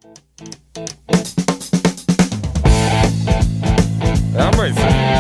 Mas...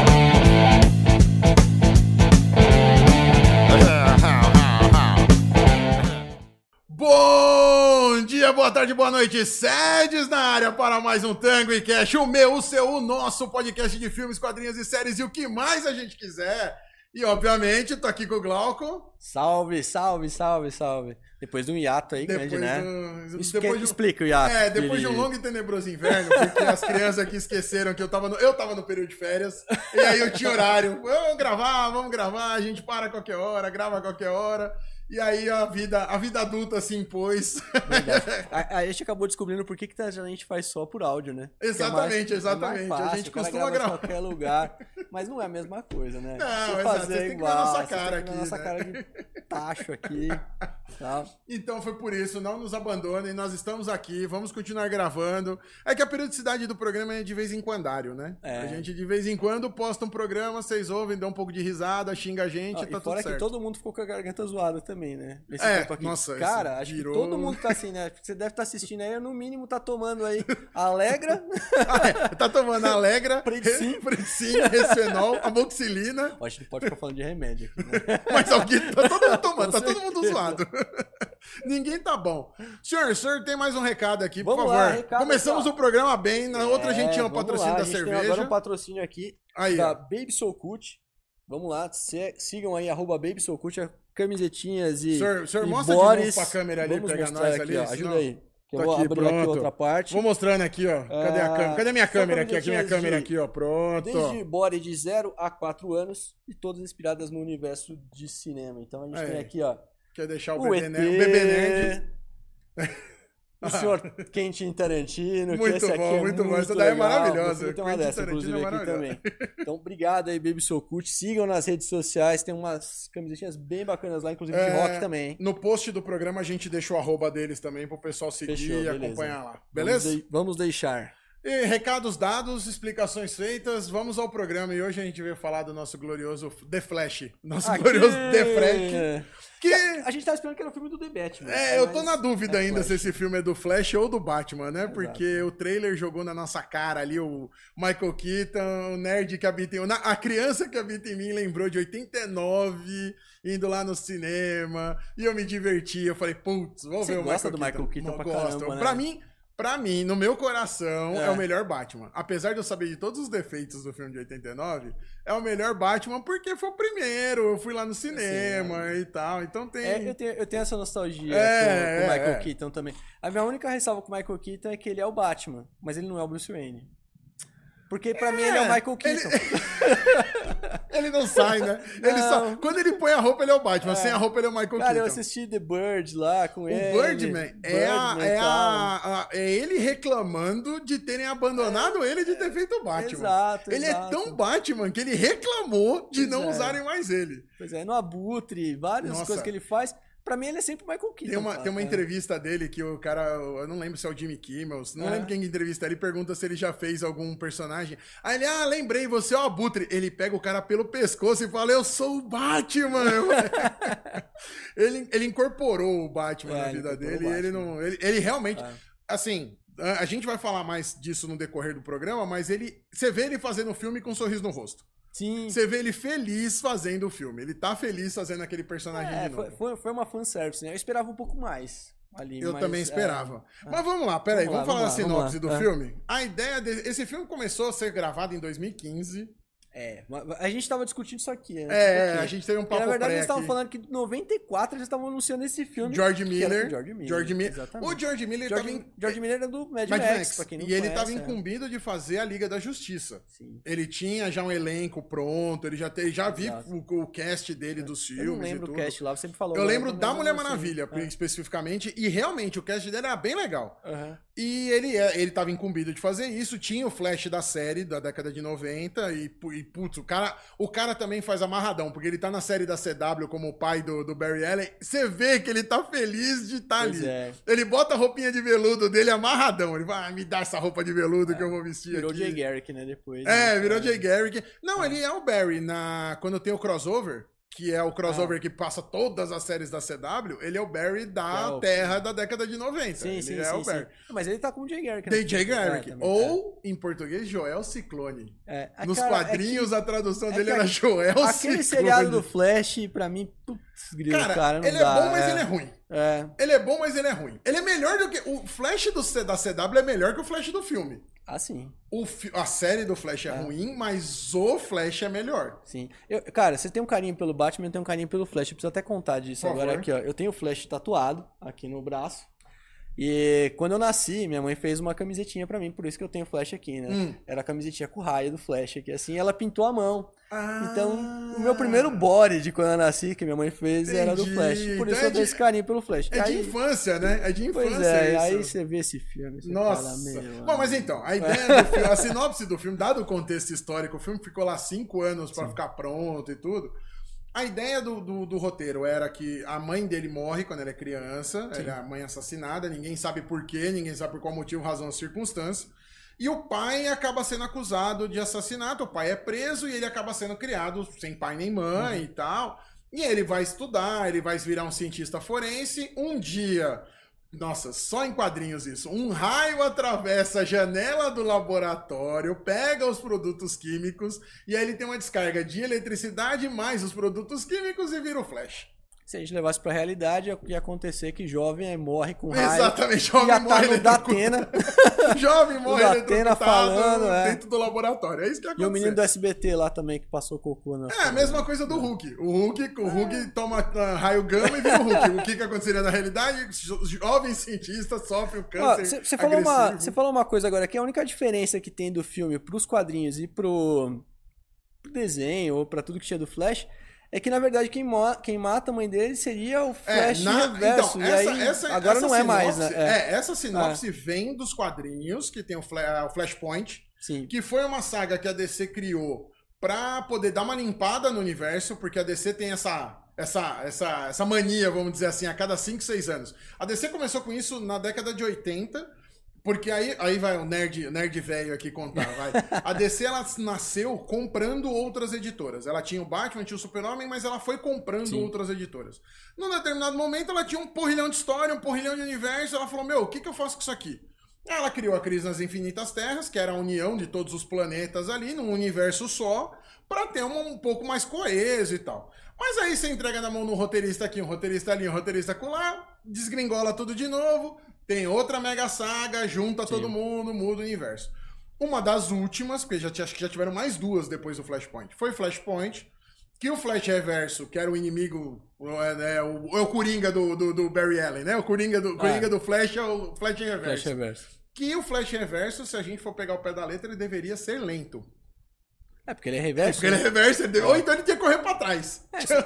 Bom dia, boa tarde, boa noite, sedes na área para mais um Tango e Cash, o meu, o seu, o nosso podcast de filmes, quadrinhos e séries e o que mais a gente quiser. E, obviamente, tô aqui com o Glauco. Salve, salve, salve, salve. Depois de um hiato aí grande, né? Explica o hiato. Depois de um longo e tenebroso inverno, porque as crianças aqui esqueceram que eu tava no período de férias, e aí eu tinha horário. Vamos gravar, a gente para a qualquer hora, grava a qualquer hora. E aí a vida adulta se impôs. A gente acabou descobrindo por que a gente faz só por áudio, né? Exatamente. Fácil, a gente costuma gravar em qualquer lugar, mas não é a mesma coisa, né? Não, exato. Você tem que ver a nossa cara aqui, nossa cara de tacho aqui. Tá? Então foi por isso, não nos abandonem, nós estamos aqui, vamos continuar gravando. É que a periodicidade do programa é de vez em quandário, né? A gente de vez em quando posta um programa, vocês ouvem, dão um pouco de risada, xinga a gente, tá tudo certo. Que todo mundo ficou com a garganta zoada também, né? Nesse tempo aqui. Nossa, cara, acho que todo mundo tá assim, né? Você deve estar assistindo aí, no mínimo tá tomando aí Alegra. Tá tomando Alegra, Predsim, Resfenol, amoxicilina. Acho que não pode ficar falando de remédio aqui, né? Mas alguém tá todo mundo tomando, tá todo mundo zoado. Ninguém tá bom. Senhor, tem mais um recado aqui, por favor. Lá, começamos o programa bem, na outra a gente tinha um patrocínio da cerveja. Tem agora um patrocínio aqui aí, da Baby Soul Cult. Vamos lá, sigam aí, @Baby Soul Cult, camisetinhas e senhor e mostra bores. De novo pra câmera ali, pega nós aqui, ali. Ó, ajuda aí. Que eu vou abrir pronto. aqui outra parte. Vou mostrando aqui, ó. Cadê a câmera? Cadê a minha câmera aqui? Aqui minha câmera aqui, ó. Pronto. Desde body de 0 a 4 anos e todas inspiradas no universo de cinema. Então a gente tem aqui, ó. Quer deixar o bebê nerd? O senhor Quentin Tarantino. Muito que esse aqui bom, muito bom. Essa daí é maravilhosa. Tem uma dessa, inclusive, aqui também. Então, obrigado aí, Baby Soul Cult. Sigam nas redes sociais. Tem umas camisetinhas bem bacanas lá, inclusive de rock também. No post do programa a gente deixa o @ deles também pro pessoal seguir e acompanhar lá. Beleza? Vamos deixar. E recados dados, explicações feitas, vamos ao programa. E hoje a gente veio falar do nosso glorioso The Flash. Glorioso The Flash. Que... A gente tava esperando que era o filme do The Batman. Eu tô na dúvida ainda se esse filme é do Flash ou do Batman, né? Porque o trailer jogou na nossa cara ali o Michael Keaton, o nerd que habita em... A criança que habita em mim lembrou de 89, indo lá no cinema. E eu me diverti. Eu falei, putz, vou ver o Michael Keaton. Você gosta do Michael Keaton pra caramba, né? Pra mim, no meu coração, é o melhor Batman. Apesar de eu saber de todos os defeitos do filme de 89, é o melhor Batman porque foi o primeiro. Eu fui lá no cinema e tal. Então tem... Eu tenho essa nostalgia com o Michael Keaton também. A minha única ressalva com o Michael Keaton é que ele é o Batman, mas ele não é o Bruce Wayne. Porque pra mim ele é o Michael Keaton. Ele não sai, né? Quando ele põe a roupa, ele é o Batman. Sem a roupa, ele é o Michael Keaton. Cara, eu assisti The Bird lá com ele. O Birdman é ele reclamando de terem abandonado ele de ter feito o Batman. Exato. Ele é tão Batman que ele reclamou de não usarem mais ele. Pois é, no Abutre, várias coisas que ele faz. Pra mim, ele é sempre o Michael Keaton. Tem uma entrevista dele que o cara... Eu não lembro se é o Jimmy Kimmel. Não lembro quem entrevista ele. Pergunta se ele já fez algum personagem. Aí ele... lembrei. Você é o Abutre. Ele pega o cara pelo pescoço e fala... Eu sou o Batman. ele incorporou o Batman na vida dele. E ele não... Ele realmente... Assim... A gente vai falar mais disso no decorrer do programa. Mas você vê ele fazendo o filme com um sorriso no rosto. Sim. Você vê ele feliz fazendo o filme. Ele tá feliz fazendo aquele personagem de novo. Foi uma fanservice, né? Eu esperava um pouco mais ali. Eu também esperava. Mas vamos lá, peraí. Vamos falar da sinopse do filme? A ideia esse filme começou a ser gravado em 2015. A gente tava discutindo isso aqui. A gente teve um papo pré. Na verdade, eles estavam falando que em 94 eles estavam anunciando esse filme. George Miller. Exatamente. O George Miller George Miller era do Mad Max, pra quem não conhece. E ele tava incumbido de fazer a Liga da Justiça. Sim. Ele tinha já um elenco pronto, ele já vi o cast dele dos filmes. Eu não lembro o cast lá, você sempre falou. Eu lembro da Mulher Maravilha, especificamente, e realmente o cast dele era bem legal. E ele tava incumbido de fazer isso, tinha o Flash da série da década de 90 e putz, o cara também faz amarradão, porque ele tá na série da CW como o pai do Barry Allen, você vê que ele tá feliz de estar ali. Ele bota a roupinha de veludo dele amarradão, ele vai, me dá essa roupa de veludo que eu vou vestir virou aqui. Jay Garrick, né, depois. Virou Jay Garrick. Não, ele é o Barry, quando tem o crossover, que é o crossover que passa todas as séries da CW, ele é o Barry da Terra da década de 90. Sim, ele é o Barry. Mas ele tá com o Jay Garrick. Né? Jay Garrick. Ou, em português, Joel Ciclone. Nos quadrinhos, a tradução dele era Joel Ciclone. Aquele seriado do Flash, pra mim, putz, grilo, cara, não ele dá. É bom, mas ele é ruim. Ele é bom, mas ele é ruim. Ele é melhor do que... O Flash da CW é melhor que o Flash do filme. Ah, sim. A série do Flash é ruim, mas o Flash é melhor. Sim. Cara, você tem um carinho pelo Batman, eu tenho um carinho pelo Flash. Eu preciso até contar disso agora aqui, ó. Eu tenho o Flash tatuado aqui no braço. E quando eu nasci, minha mãe fez uma camisetinha pra mim, por isso que eu tenho o Flash aqui, né? Era a camisetinha com o raio do Flash aqui, assim, ela pintou a mão. Então, o meu primeiro body de quando eu nasci, que minha mãe fez, era do Flash. Por isso eu tenho esse carinho pelo Flash. É de infância, né? É de infância. Pois é, isso. Aí você vê esse filme, você fala, Bom, mas então, a ideia do filme, a sinopse do filme, dado o contexto histórico, o filme ficou lá 5 anos pra ficar pronto e tudo. A ideia do roteiro era que a mãe dele morre quando ela é criança, ela é a mãe assassinada, ninguém sabe por quê, ninguém sabe por qual motivo, razão ou circunstância. E o pai acaba sendo acusado de assassinato, o pai é preso e ele acaba sendo criado sem pai nem mãe e tal. E ele vai estudar, ele vai virar um cientista forense. Um dia, nossa, só em quadrinhos isso, um raio atravessa a janela do laboratório, pega os produtos químicos e aí ele tem uma descarga de eletricidade mais os produtos químicos e vira o Flash. Se a gente levasse pra realidade, ia acontecer que jovem morre com raio. Exatamente, jovem morre no Datena. Jovem morre falando, dentro do laboratório. É isso que aconteceu. E o menino do SBT lá também, que passou cocô na... a mesma coisa do Hulk. O Hulk toma raio gama e vira o Hulk. O que aconteceria na realidade? Jovem cientista sofre o câncer Você falou uma coisa agora, que a única diferença que tem do filme pros quadrinhos e pro desenho, ou pra tudo que tinha do Flash... É que, na verdade, quem mata a mãe dele seria o Flash Reverso. Então, agora não é mais, né? Essa sinopse vem dos quadrinhos, que tem o Flashpoint, Sim. Que foi uma saga que a DC criou pra poder dar uma limpada no universo, porque a DC tem essa mania, vamos dizer assim, a cada 5, 6 anos. A DC começou com isso na década de 80... Porque aí vai o nerd velho aqui contar, vai. A DC, ela nasceu comprando outras editoras. Ela tinha o Batman, tinha o Super-Homem, mas ela foi comprando outras editoras. Num determinado momento, ela tinha um porrilhão de história, um porrilhão de universo. Ela falou, o que eu faço com isso aqui? Ela criou a Crise nas Infinitas Terras, que era a união de todos os planetas ali, num universo só, pra ter um pouco mais coeso e tal. Mas aí você entrega na mão no roteirista aqui, um roteirista ali, um roteirista acolá, desgringola tudo de novo... Tem outra mega saga, junta todo mundo, muda o universo. Uma das últimas, porque acho que já tiveram mais 2 depois do Flashpoint, foi Flashpoint, que o Flash Reverso, que era o inimigo, o Coringa do Barry Allen, né? O Coringa do Flash é o Flash Reverso. Que o Flash Reverso, se a gente for pegar o pé da letra, ele deveria ser lento. Porque ele é reverso. Ele é reverso, ou então ele tinha que correr pra trás.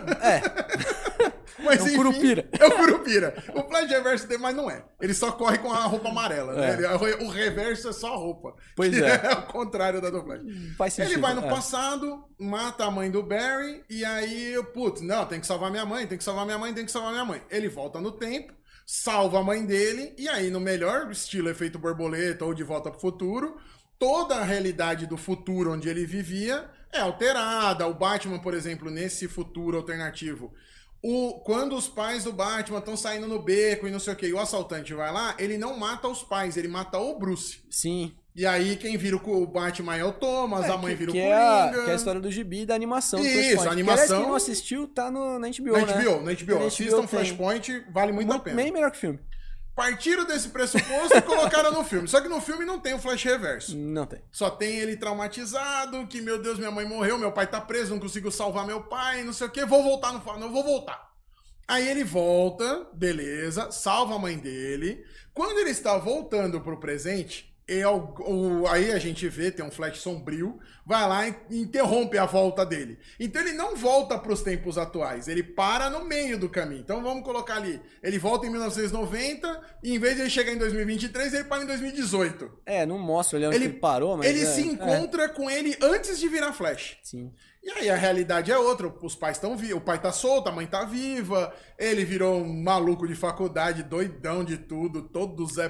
Mas, é o Curupira. É o Curupira. O Flash Reverso dele, mas não é. Ele só corre com a roupa amarela. Né? O reverso é só a roupa. Pois é. É o contrário da do Flash. Faz sentido. Ele vai no passado, mata a mãe do Barry, e aí, tem que salvar minha mãe, tem que salvar minha mãe, tem que salvar minha mãe. Ele volta no tempo, salva a mãe dele, e aí, no melhor estilo Efeito Borboleta ou De Volta pro Futuro, toda a realidade do futuro onde ele vivia é alterada. O Batman, por exemplo, nesse futuro alternativo, quando os pais do Batman estão saindo no beco e não sei o que, e o assaltante vai lá, ele não mata os pais, ele mata o Bruce. Sim. E aí quem vira o Batman é o Thomas, a mãe vira o Coringa. Que é a história do gibi e da animação. Isso, a animação. Quem não assistiu, tá na HBO, Na HBO. Assistam Flashpoint, vale muito a pena. Bem melhor que o filme. Partiram desse pressuposto e colocaram no filme. Só que no filme não tem o Flash Reverso. Não tem. Só tem ele traumatizado, que, meu Deus, minha mãe morreu, meu pai tá preso, não consigo salvar meu pai, não sei o quê, vou voltar não vou voltar. Aí ele volta, beleza, salva a mãe dele. Quando ele está voltando pro presente, aí a gente vê, tem um flash sombrio, vai lá e interrompe a volta dele. Então ele não volta para os tempos atuais, ele para no meio do caminho. Então vamos colocar ali, ele volta em 1990 e em vez de ele chegar em 2023, ele para em 2018. Não mostra onde ele parou, mas... Ele se encontra com ele antes de virar Flash. Sim. E aí a realidade é outra, os pais estão vivos, o pai tá solto, a mãe tá viva, ele virou um maluco de faculdade, doidão de tudo, todo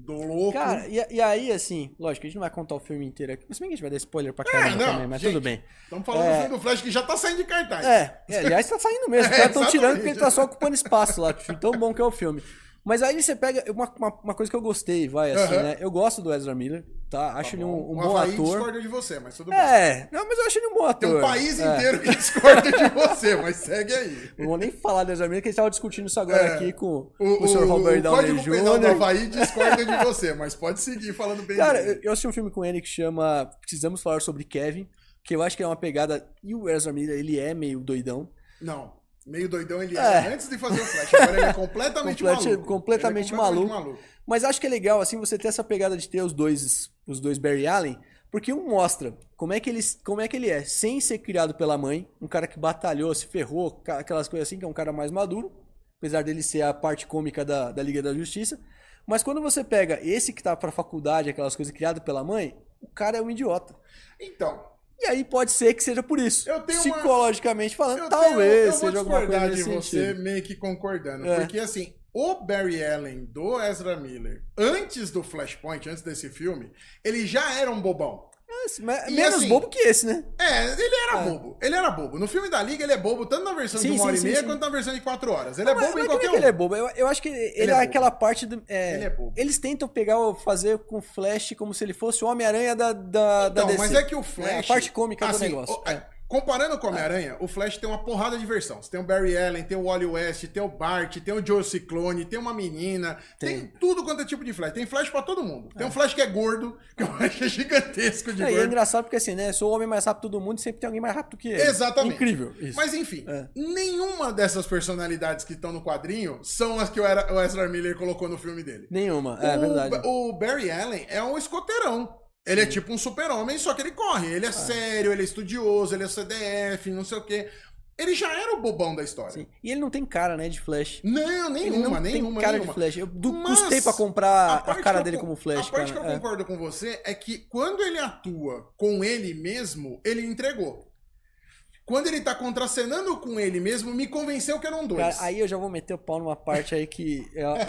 louco. Cara, e aí, assim, lógico, a gente não vai contar o filme inteiro aqui. Se bem que a gente vai dar spoiler pra caramba também, mas gente, tudo bem. Estamos falando do filme do Flash que já tá saindo de cartaz. Aliás, tá saindo mesmo. Os caras estão tirando porque ele tá só ocupando espaço lá. Tão bom que é o filme. Mas aí você pega uma coisa que eu gostei, assim, né? Eu gosto do Ezra Miller, tá? Acho ele um bom ator. discorda de você, mas tudo bem. Não, mas eu acho ele um bom ator. Tem um país inteiro que discorda de você, mas segue aí. Não vou nem falar do Ezra Miller, que a gente tava discutindo isso agora aqui com o Sr. Robert Downey Jr. O Código do Havaí discorda de você, mas pode seguir falando bem Cara, eu assisti um filme com ele que chama Precisamos Falar Sobre Kevin, que eu acho que é uma pegada... E o Ezra Miller, ele é meio doidão. Não. Meio doidão ele é antes de fazer o Flash. Agora ele é completamente maluco. Completamente maluco. Mas acho que é legal, assim, você ter essa pegada de ter os dois Barry Allen, porque um mostra como é que ele é, sem ser criado pela mãe, um cara que batalhou, se ferrou, aquelas coisas assim, que é um cara mais maduro, apesar dele ser a parte cômica da Liga da Justiça. Mas quando você pega esse que tá pra faculdade, aquelas coisas criadas pela mãe, o cara é um idiota. Então... E aí pode ser que seja por isso. Psicologicamente falando, talvez seja alguma coisa nesse sentido. Você meio que concordando. Porque assim, o Barry Allen do Ezra Miller, antes do Flashpoint, antes desse filme, ele já era um bobão. Menos assim, bobo que esse, né? Ele era bobo. Ele era bobo. No filme da Liga, ele é bobo tanto na versão de 1h30 quanto na versão de 4 horas. Ele é bobo em qualquer um. Ele é bobo. Eu acho que ele é aquela parte do... ele é bobo. Eles tentam fazer com o Flash como se ele fosse o Homem-Aranha da DC. Mas é que o Flash... a parte cômica do negócio. Comparando com o Homem-Aranha, o Flash tem uma porrada de versão. Você tem o Barry Allen, tem o Wally West, tem o Bart, tem o Joe Ciclone, tem uma menina, tem tudo quanto é tipo de Flash. Tem Flash pra todo mundo. Tem um Flash que é gordo, que é um Flash gigantesco de gordo. E é engraçado porque assim, né? Sou o homem mais rápido do mundo e sempre tem alguém mais rápido que ele. Exatamente. Incrível isso. Mas enfim, nenhuma dessas personalidades que estão no quadrinho são as que o Ezra Miller colocou no filme dele. Nenhuma, é verdade. O Barry Allen é um escoteirão. Ele é tipo um super-homem, só que ele corre. Ele é sério, ele é estudioso, ele é CDF, não sei o quê. Ele já era o bobão da história. Sim. E ele não tem cara, né, de Flash. Não, nenhuma. Tem cara de Flash. Eu custei pra comprar a cara dele como Flash, A parte que eu concordo com você é que quando ele atua com ele mesmo, ele entregou. Quando ele tá contracenando com ele mesmo, me convenceu que eram dois. Cara, aí eu já vou meter o pau numa parte aí que...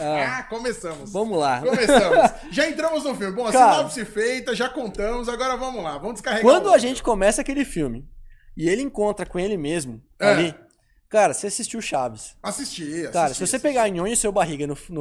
Começamos. Vamos lá. Começamos. Já entramos no filme. Bom, a sinopse feita, já contamos, agora vamos lá. Vamos descarregar. Quando a gente começa aquele filme e ele encontra com ele mesmo ali... Cara, você assistiu Chaves. Assisti. Cara, se você pegar Nhonho e seu Barriga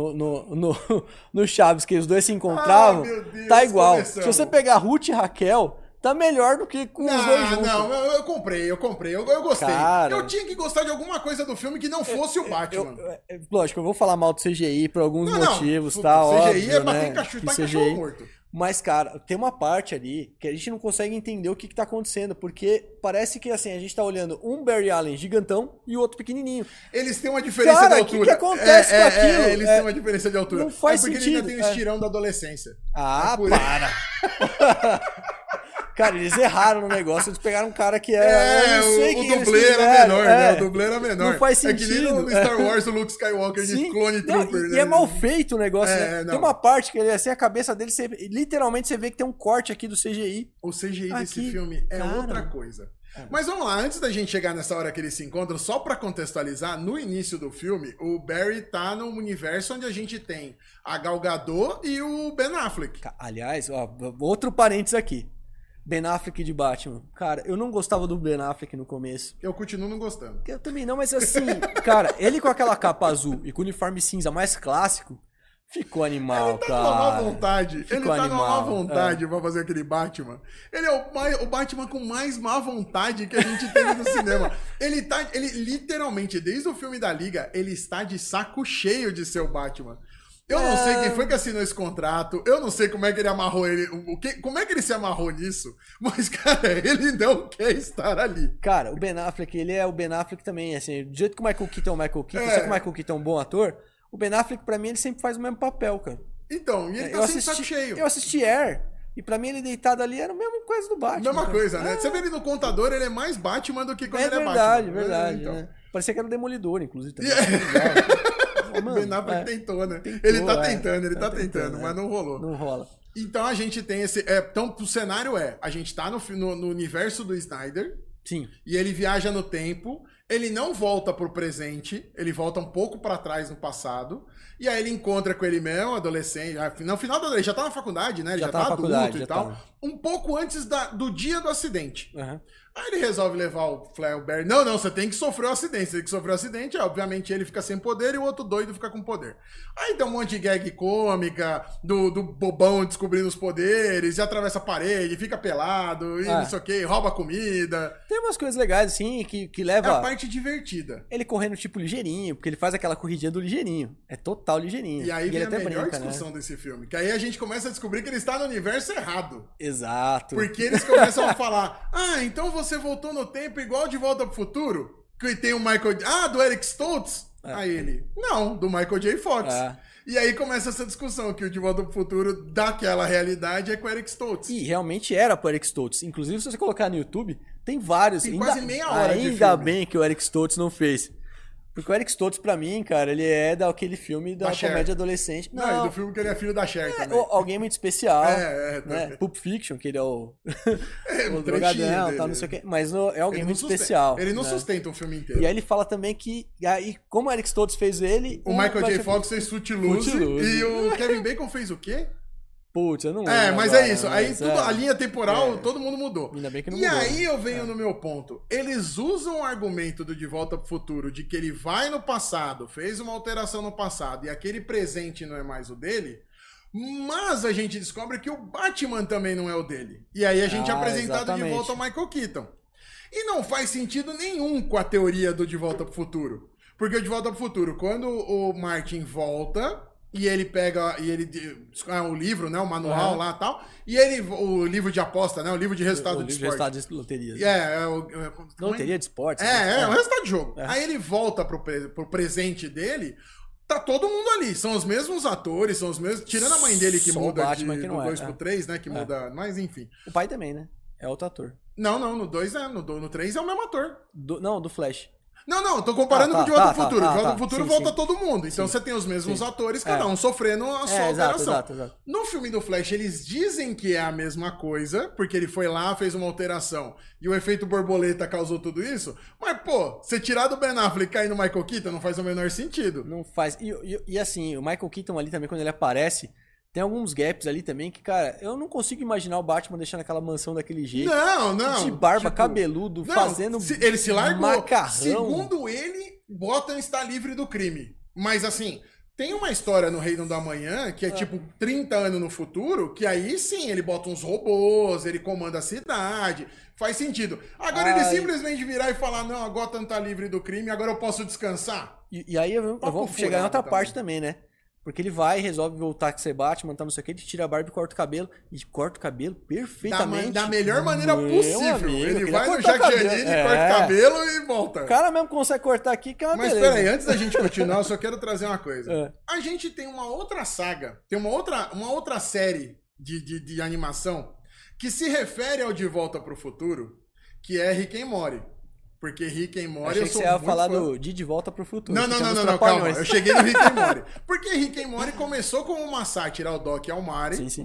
no Chaves, que os dois se encontravam, meu Deus, tá igual. Começamos. Se você pegar Ruth e Raquel... Tá melhor do que com os dois juntos. Não, eu comprei. Eu gostei. Cara, eu tinha que gostar de alguma coisa do filme que não fosse o Batman. Lógico, eu vou falar mal do CGI por alguns motivos, tá? O CGI óbvio, é bater cachorro morto. Mas, cara, tem uma parte ali que a gente não consegue entender o que tá acontecendo, porque parece que, assim, a gente tá olhando um Barry Allen gigantão e o outro pequenininho. Eles têm uma diferença de altura. O que acontece com aquilo? Eles têm uma diferença de altura. Não faz porque sentido. Porque ele ainda tem o estirão da adolescência. Para! Cara, eles erraram no negócio, eles pegaram um cara que era... o dublê era menor, né? O dublê era menor. Não faz sentido. É que nem no Star Wars, o Luke Skywalker de Clone Trooper. E é mal feito o negócio, né? Tem uma parte que ele, assim, a cabeça dele, literalmente você vê que tem um corte aqui do CGI. O CGI desse filme é outra coisa. Mas vamos lá, antes da gente chegar nessa hora que eles se encontram, só pra contextualizar, no início do filme, o Barry tá num universo onde a gente tem a Gal Gadot e o Ben Affleck. Aliás, outro parênteses aqui. Ben Affleck de Batman. Cara, eu não gostava do Ben Affleck no começo. Eu continuo não gostando. Eu também não, mas assim, cara, ele com aquela capa azul e com o uniforme cinza mais clássico, ficou animal, cara. Ele tá numa má vontade. Ele tá numa má vontade pra fazer aquele Batman. Ele é o Batman com mais má vontade que a gente teve no cinema. Ele literalmente, desde o filme da Liga, ele está de saco cheio de ser o Batman. Eu não sei quem foi que assinou esse contrato, eu não sei como é que ele amarrou ele, como é que ele se amarrou nisso, mas, cara, ele não quer estar ali. Cara, o Ben Affleck, ele é o Ben Affleck também, assim, do jeito que o Michael Keaton é o Michael Keaton, sei que o Michael Keaton é um bom ator, o Ben Affleck, pra mim, ele sempre faz o mesmo papel, cara. Então, e ele tá sem saco cheio. Eu assisti Air, e pra mim ele deitado ali era a mesma coisa do Batman. Mesma coisa, né? Você vê ele no contador, ele é mais Batman do que quando ele é Batman. Verdade, então. Né? Parecia que era o Demolidor, inclusive. Também. O Ben Affleck tentou, né? Ele tá tentando, mas não rolou. Não rola. Então a gente tem esse... então o cenário a gente tá no universo do Snyder. Sim. E ele viaja no tempo Ele não volta pro presente, ele volta um pouco pra trás no passado, e aí ele encontra com ele mesmo, adolescente, no final da ele já tá na faculdade, né? Ele já tá adulto e tal, um pouco antes do dia do acidente. Uhum. Aí ele resolve levar o Barry. Não, você tem que sofrer o acidente. Você tem que sofrer o acidente. Obviamente ele fica sem poder e o outro doido fica com poder. Aí tem um monte de gag cômica do bobão descobrindo os poderes, e atravessa a parede, fica pelado, e não sei o que, rouba comida. Tem umas coisas legais, assim, que leva... É a parte divertida. Ele correndo tipo ligeirinho, porque ele faz aquela corridinha do ligeirinho. É total ligeirinho. E aí vem ele a até melhor brinca, discussão né? desse filme. Que aí a gente começa a descobrir que ele está no universo errado. Exato. Porque eles começam a falar, então você voltou no tempo igual De Volta pro Futuro? Que tem o Michael... do Eric Stoltz? Aí ele, não, do Michael J. Fox. E aí começa essa discussão, que o De Volta pro Futuro daquela realidade é com o Eric Stoltz. E realmente era pro Eric Stoltz. Inclusive, se você colocar no YouTube, tem vários. Tem quase meia hora de filme. Ainda bem que o Eric Stoltz não fez. Porque o Eric Stoltz, pra mim, cara, ele é daquele filme da comédia adolescente. Não, do filme que ele é filho da Cher também. Alguém muito especial. Né? Pulp Fiction, que ele é o o drogadão, tal, não sei o quê. Mas é alguém muito especial. Ele não sustenta o filme inteiro. E aí ele fala também que... Aí, como o Eric Stoltz fez ele... O Michael J. Fox fez Footloose. E o Kevin Bacon fez o quê? Putz, eu não lembro. Mas agora, é isso. Aí a linha temporal, todo mundo mudou. Ainda bem que não mudou. E aí eu venho no meu ponto. Eles usam o argumento do De Volta pro Futuro, de que ele vai no passado, fez uma alteração no passado, e aquele presente não é mais o dele, mas a gente descobre que o Batman também não é o dele. E aí a gente é apresentado exatamente. De volta ao Michael Keaton. E não faz sentido nenhum com a teoria do De Volta pro Futuro. Porque o De Volta pro Futuro, quando o Martin volta... E ele pega, o livro, né, o manual lá e tal, e o livro de aposta, né, o livro de resultado de esporte. O resultado de loteria. Loteria de esporte. O resultado de jogo. Aí ele volta pro presente dele, tá todo mundo ali, são os mesmos atores, são os mesmos, tirando a mãe dele que só muda do 2 pro 3, né, que muda, mas enfim. O pai também, né, é outro ator. Não, no 2 no 3 é o mesmo ator. Do Flash. Não, tô comparando com o De Volta pro Futuro. De Volta pro Futuro volta todo mundo. Então você tem os mesmos atores, cada um sofrendo a sua alteração. Exato. No filme do Flash, eles dizem que é a mesma coisa, porque ele foi lá, fez uma alteração, e o efeito borboleta causou tudo isso. Mas, pô, você tirar do Ben Affleck e cair no Michael Keaton não faz o menor sentido. Não faz. E assim, o Michael Keaton ali também, quando ele aparece... Tem alguns gaps ali também que, cara, eu não consigo imaginar o Batman deixando aquela mansão daquele jeito. Não. De barba, cabeludo, fazendo ele se largou. Macarrão. Segundo ele, Gotham está livre do crime. Mas, assim, tem uma história no Reino do Amanhã que é tipo 30 anos no futuro, que aí sim, ele bota uns robôs, ele comanda a cidade. Faz sentido. Agora ele simplesmente virar e falar, não, a Gotham tá livre do crime, agora eu posso descansar. E aí eu vou chegar em outra parte também, né? Porque ele vai, resolve voltar a ser Batman, não sei o que, ele tira a barba e corta o cabelo. E corta o cabelo perfeitamente. Da melhor maneira possível. Amigo, ele vai no Jack Giannini, corta o cabelo e volta. O cara mesmo consegue cortar aqui, que é uma beleza. Mas peraí, antes da gente continuar, eu só quero trazer uma coisa. A gente tem uma outra saga, tem uma outra série de animação que se refere ao De Volta pro Futuro, que é Rick and Morty. Porque Rick and Morty... Achei que você ia falar de Volta pro Futuro. Não, calma. Eu cheguei no Rick and Morty. Porque Rick and Morty começou como uma sátira ao Doc e ao Marty.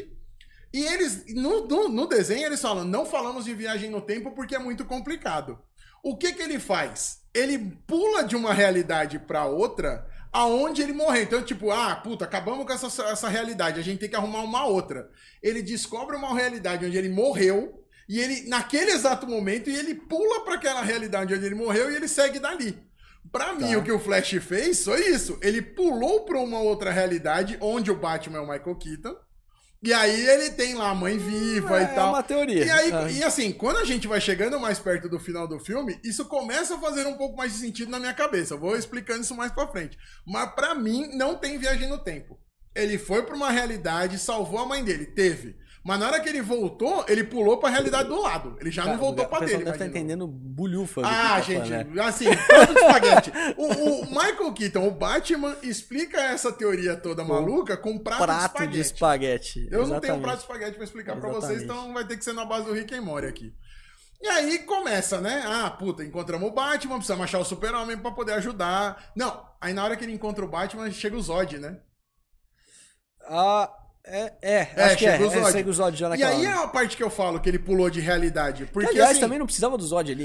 E eles, no desenho, eles falam, não falamos de viagem no tempo porque é muito complicado. O que ele faz? Ele pula de uma realidade pra outra aonde ele morreu. Então, tipo, acabamos com essa realidade, a gente tem que arrumar uma outra. Ele descobre uma realidade onde ele morreu... E ele, naquele exato momento, ele pula pra aquela realidade onde ele morreu e ele segue dali. Pra mim, o que o Flash fez foi isso. Ele pulou pra uma outra realidade, onde o Batman é o Michael Keaton. E aí ele tem lá a mãe viva e tal. É uma teoria. E aí, e assim, quando a gente vai chegando mais perto do final do filme, isso começa a fazer um pouco mais de sentido na minha cabeça. Eu vou explicando isso mais pra frente. Mas pra mim, não tem viagem no tempo. Ele foi pra uma realidade, salvou a mãe dele. Teve. Mas na hora que ele voltou, ele pulou pra realidade do lado. Ele já não voltou pra dele. Você deve estar entendendo bulhufa. Gente, assim, prato de espaguete. O Michael Keaton, o Batman, explica essa teoria toda maluca com prato de espaguete. Eu não tenho prato de espaguete pra explicar pra vocês, então vai ter que ser na base do Rick and Morty aqui. E aí começa, né? Encontramos o Batman, precisamos achar o Super-Homem pra poder ajudar. Não, aí na hora que ele encontra o Batman, chega o Zod, né? Acho que chega o Zod já naquela E aí é a parte que eu falo que ele pulou de realidade. Porque, aliás, também não precisava do Zod ali, né?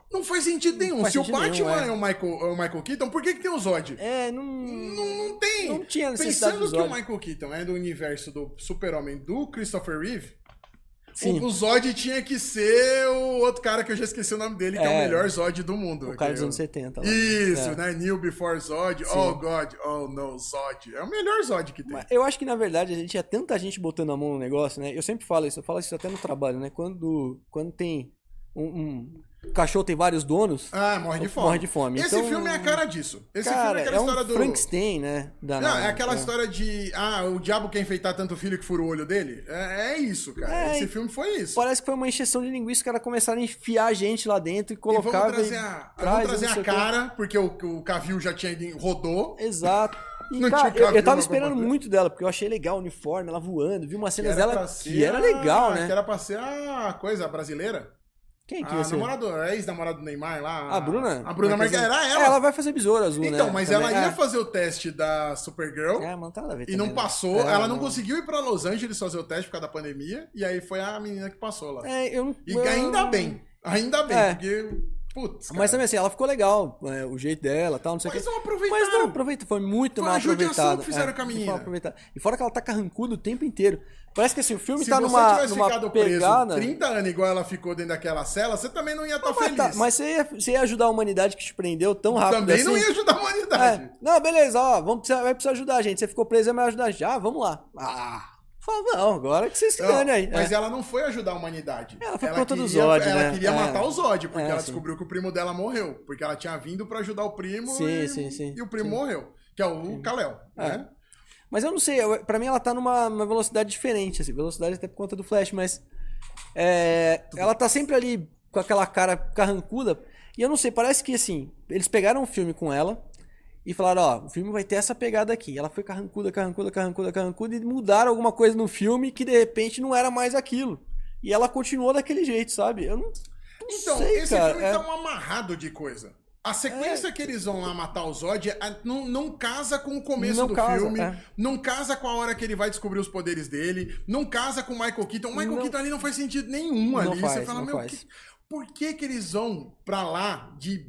Não faz sentido nenhum. Se o Batman é o Michael Keaton, por que tem o Zod? Não tem. Não tinha necessidade do Zod. Pensando que o Michael Keaton é do universo do Super-Homem do Christopher Reeve, o Zod tinha que ser o outro cara que eu já esqueci o nome dele, que é o melhor Zod do mundo. O cara dos anos 70. Lá. Isso, né? New Before Zod. Sim. Oh, God. Oh, no, Zod. É o melhor Zod que tem. Mas eu acho que, na verdade, a gente é tanta gente botando a mão no negócio, né? Eu sempre falo isso, eu falo isso até no trabalho, né? Quando tem um cachorro tem vários donos. Morre de fome. Morre de fome. Esse então, filme é a cara disso. Esse cara, filme é aquela história do Frankenstein, né? É aquela história de o diabo quer enfeitar tanto filho que fura o olho dele. É isso, cara. Esse filme foi isso. Parece que foi uma encheção de linguiça, os caras começaram a enfiar a gente lá dentro e colocar. Vamos trazer a cara, porque o Cavill já rodou. Exato. E, cara, eu tava esperando muito dela, porque eu achei legal o uniforme, ela voando, vi umas cenas dela que era legal, né? Que era pra ser a coisa brasileira. Quem que ia ser? A ex-namorada do Neymar lá. A Bruna? A Bruna Marquezine. Era ela. Ela vai fazer besouro azul, então, né? Mas também. ela ia fazer o teste da Supergirl. Mas tá lá, e não passou. Ela não conseguiu ir pra Los Angeles fazer o teste por causa da pandemia. E aí foi a menina que passou lá. Ainda bem. Ainda bem, porque... Putz, cara. Mas também assim, ela ficou legal, o jeito dela e tal, não sei o que. Mas não aproveitaram. Mas não aproveita, foi muito mal aproveitado. Que fizeram com a menina. E fora que ela tá carrancuda o tempo inteiro. Parece que assim, o filme se tá numa pegada... Se você tivesse ficado preso 30 anos igual ela ficou dentro daquela cela, você também não ia estar feliz. Mas você ia ajudar a humanidade que te prendeu tão rápido também assim. Também não ia ajudar a humanidade. Não, beleza, ó, vai precisar ajudar a gente. Você ficou preso, vai ajudar a gente. Vamos lá. Não, agora que vocês se ganham aí. Mas ela não foi ajudar a humanidade. Ela foi por conta do Zod, né? Ela queria matar o Zod, porque ela descobriu que o primo dela morreu. Porque ela tinha vindo pra ajudar o primo e o primo morreu. Que é o Kal-El, né? Mas eu não sei, pra mim ela tá numa velocidade diferente, assim. Velocidade até por conta do Flash, mas... ela tá sempre ali com aquela cara carrancuda. E eu não sei, parece que, assim, eles pegaram um filme com ela... E falaram, o filme vai ter essa pegada aqui. Ela foi carrancuda e mudaram alguma coisa no filme que de repente não era mais aquilo. E ela continuou daquele jeito, sabe? Eu não sei, esse cara. filme tá um amarrado de coisa. A sequência que eles vão lá matar o Zod não casa com o começo do filme, não casa com a hora que ele vai descobrir os poderes dele, não casa com o Michael Keaton. O Michael Keaton ali não faz sentido nenhum ali. Você fala, por que eles vão pra lá de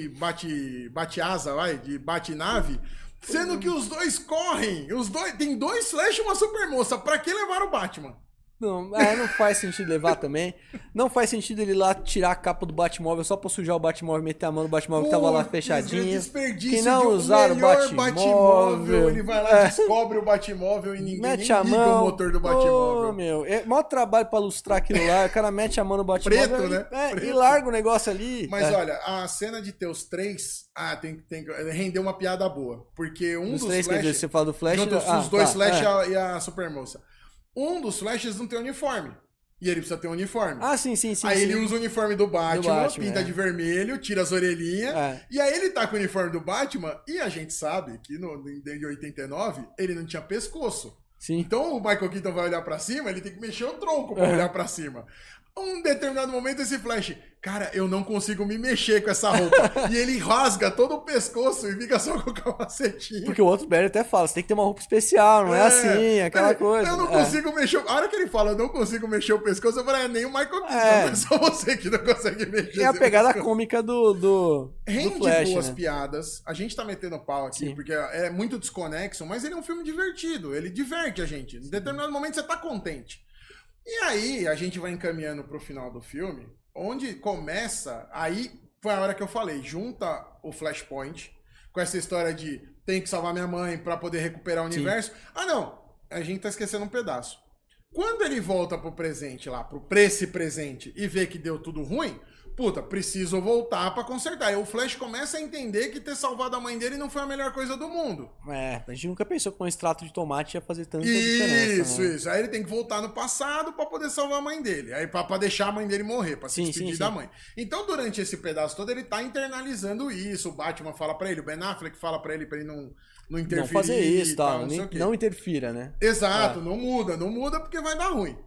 bate-asa, de bate-nave, sendo que os dois correm? Tem dois Flash e uma Supermoça. Pra que levar o Batman? Não faz sentido levar também. Não faz sentido ele ir lá tirar a capa do Batmóvel só pra sujar o Batmóvel e meter a mão no Batmóvel que tava lá fechadinho. Desperdício que não usaram o Batmóvel. Ele vai lá, descobre o Batmóvel e ninguém liga o motor do Batmóvel. É maior trabalho pra lustrar aquilo lá. O cara mete a mão no Batmóvel. Preto, né? E larga o negócio ali. Mas olha, a cena de ter os três... tem que render uma piada boa. Porque dos três Flash... Você fala do Flash... Os dois Flash e a Supermoça. Um dos Flashes não tem uniforme. E ele precisa ter um uniforme. Sim. Aí ele usa o uniforme do Batman, pinta de vermelho, tira as orelhinhas. E aí ele tá com o uniforme do Batman. E a gente sabe que em 89 ele não tinha pescoço. Sim. Então o Michael Keaton vai olhar pra cima, ele tem que mexer o tronco pra olhar pra cima. Um determinado momento esse Flash, cara, eu não consigo me mexer com essa roupa. E ele rasga todo o pescoço e fica só com o capacetinho. Porque o outro Barry até fala, você tem que ter uma roupa especial, não é assim, aquela coisa. Eu não consigo mexer. A hora que ele fala, eu não consigo mexer o pescoço, eu falo, nem o Michael Keaton, é só você que não consegue mexer. É a pegada cômica do Rende Flash, boas piadas. A gente tá metendo pau aqui, porque é muito desconexo, mas ele é um filme divertido, ele diverte a gente. Em determinado momento você tá contente. E aí, a gente vai encaminhando pro final do filme, onde começa, aí foi a hora que eu falei, junta o Flashpoint, com essa história de tem que salvar minha mãe pra poder recuperar o universo. Não, a gente tá esquecendo um pedaço. Quando ele volta pro presente lá, pro esse presente, e vê que deu tudo ruim, preciso voltar pra consertar. Aí o Flash começa a entender que ter salvado a mãe dele não foi a melhor coisa do mundo. A gente nunca pensou que um extrato de tomate ia fazer tanta diferença. Isso. Aí ele tem que voltar no passado pra poder salvar a mãe dele. Aí pra deixar a mãe dele morrer, pra se despedir da mãe. Então, durante esse pedaço todo, ele tá internalizando isso. O Batman fala pra ele, o Ben Affleck fala pra ele não interferir. Não fazer isso, não interfira, né? Exato, não muda porque vai dar ruim.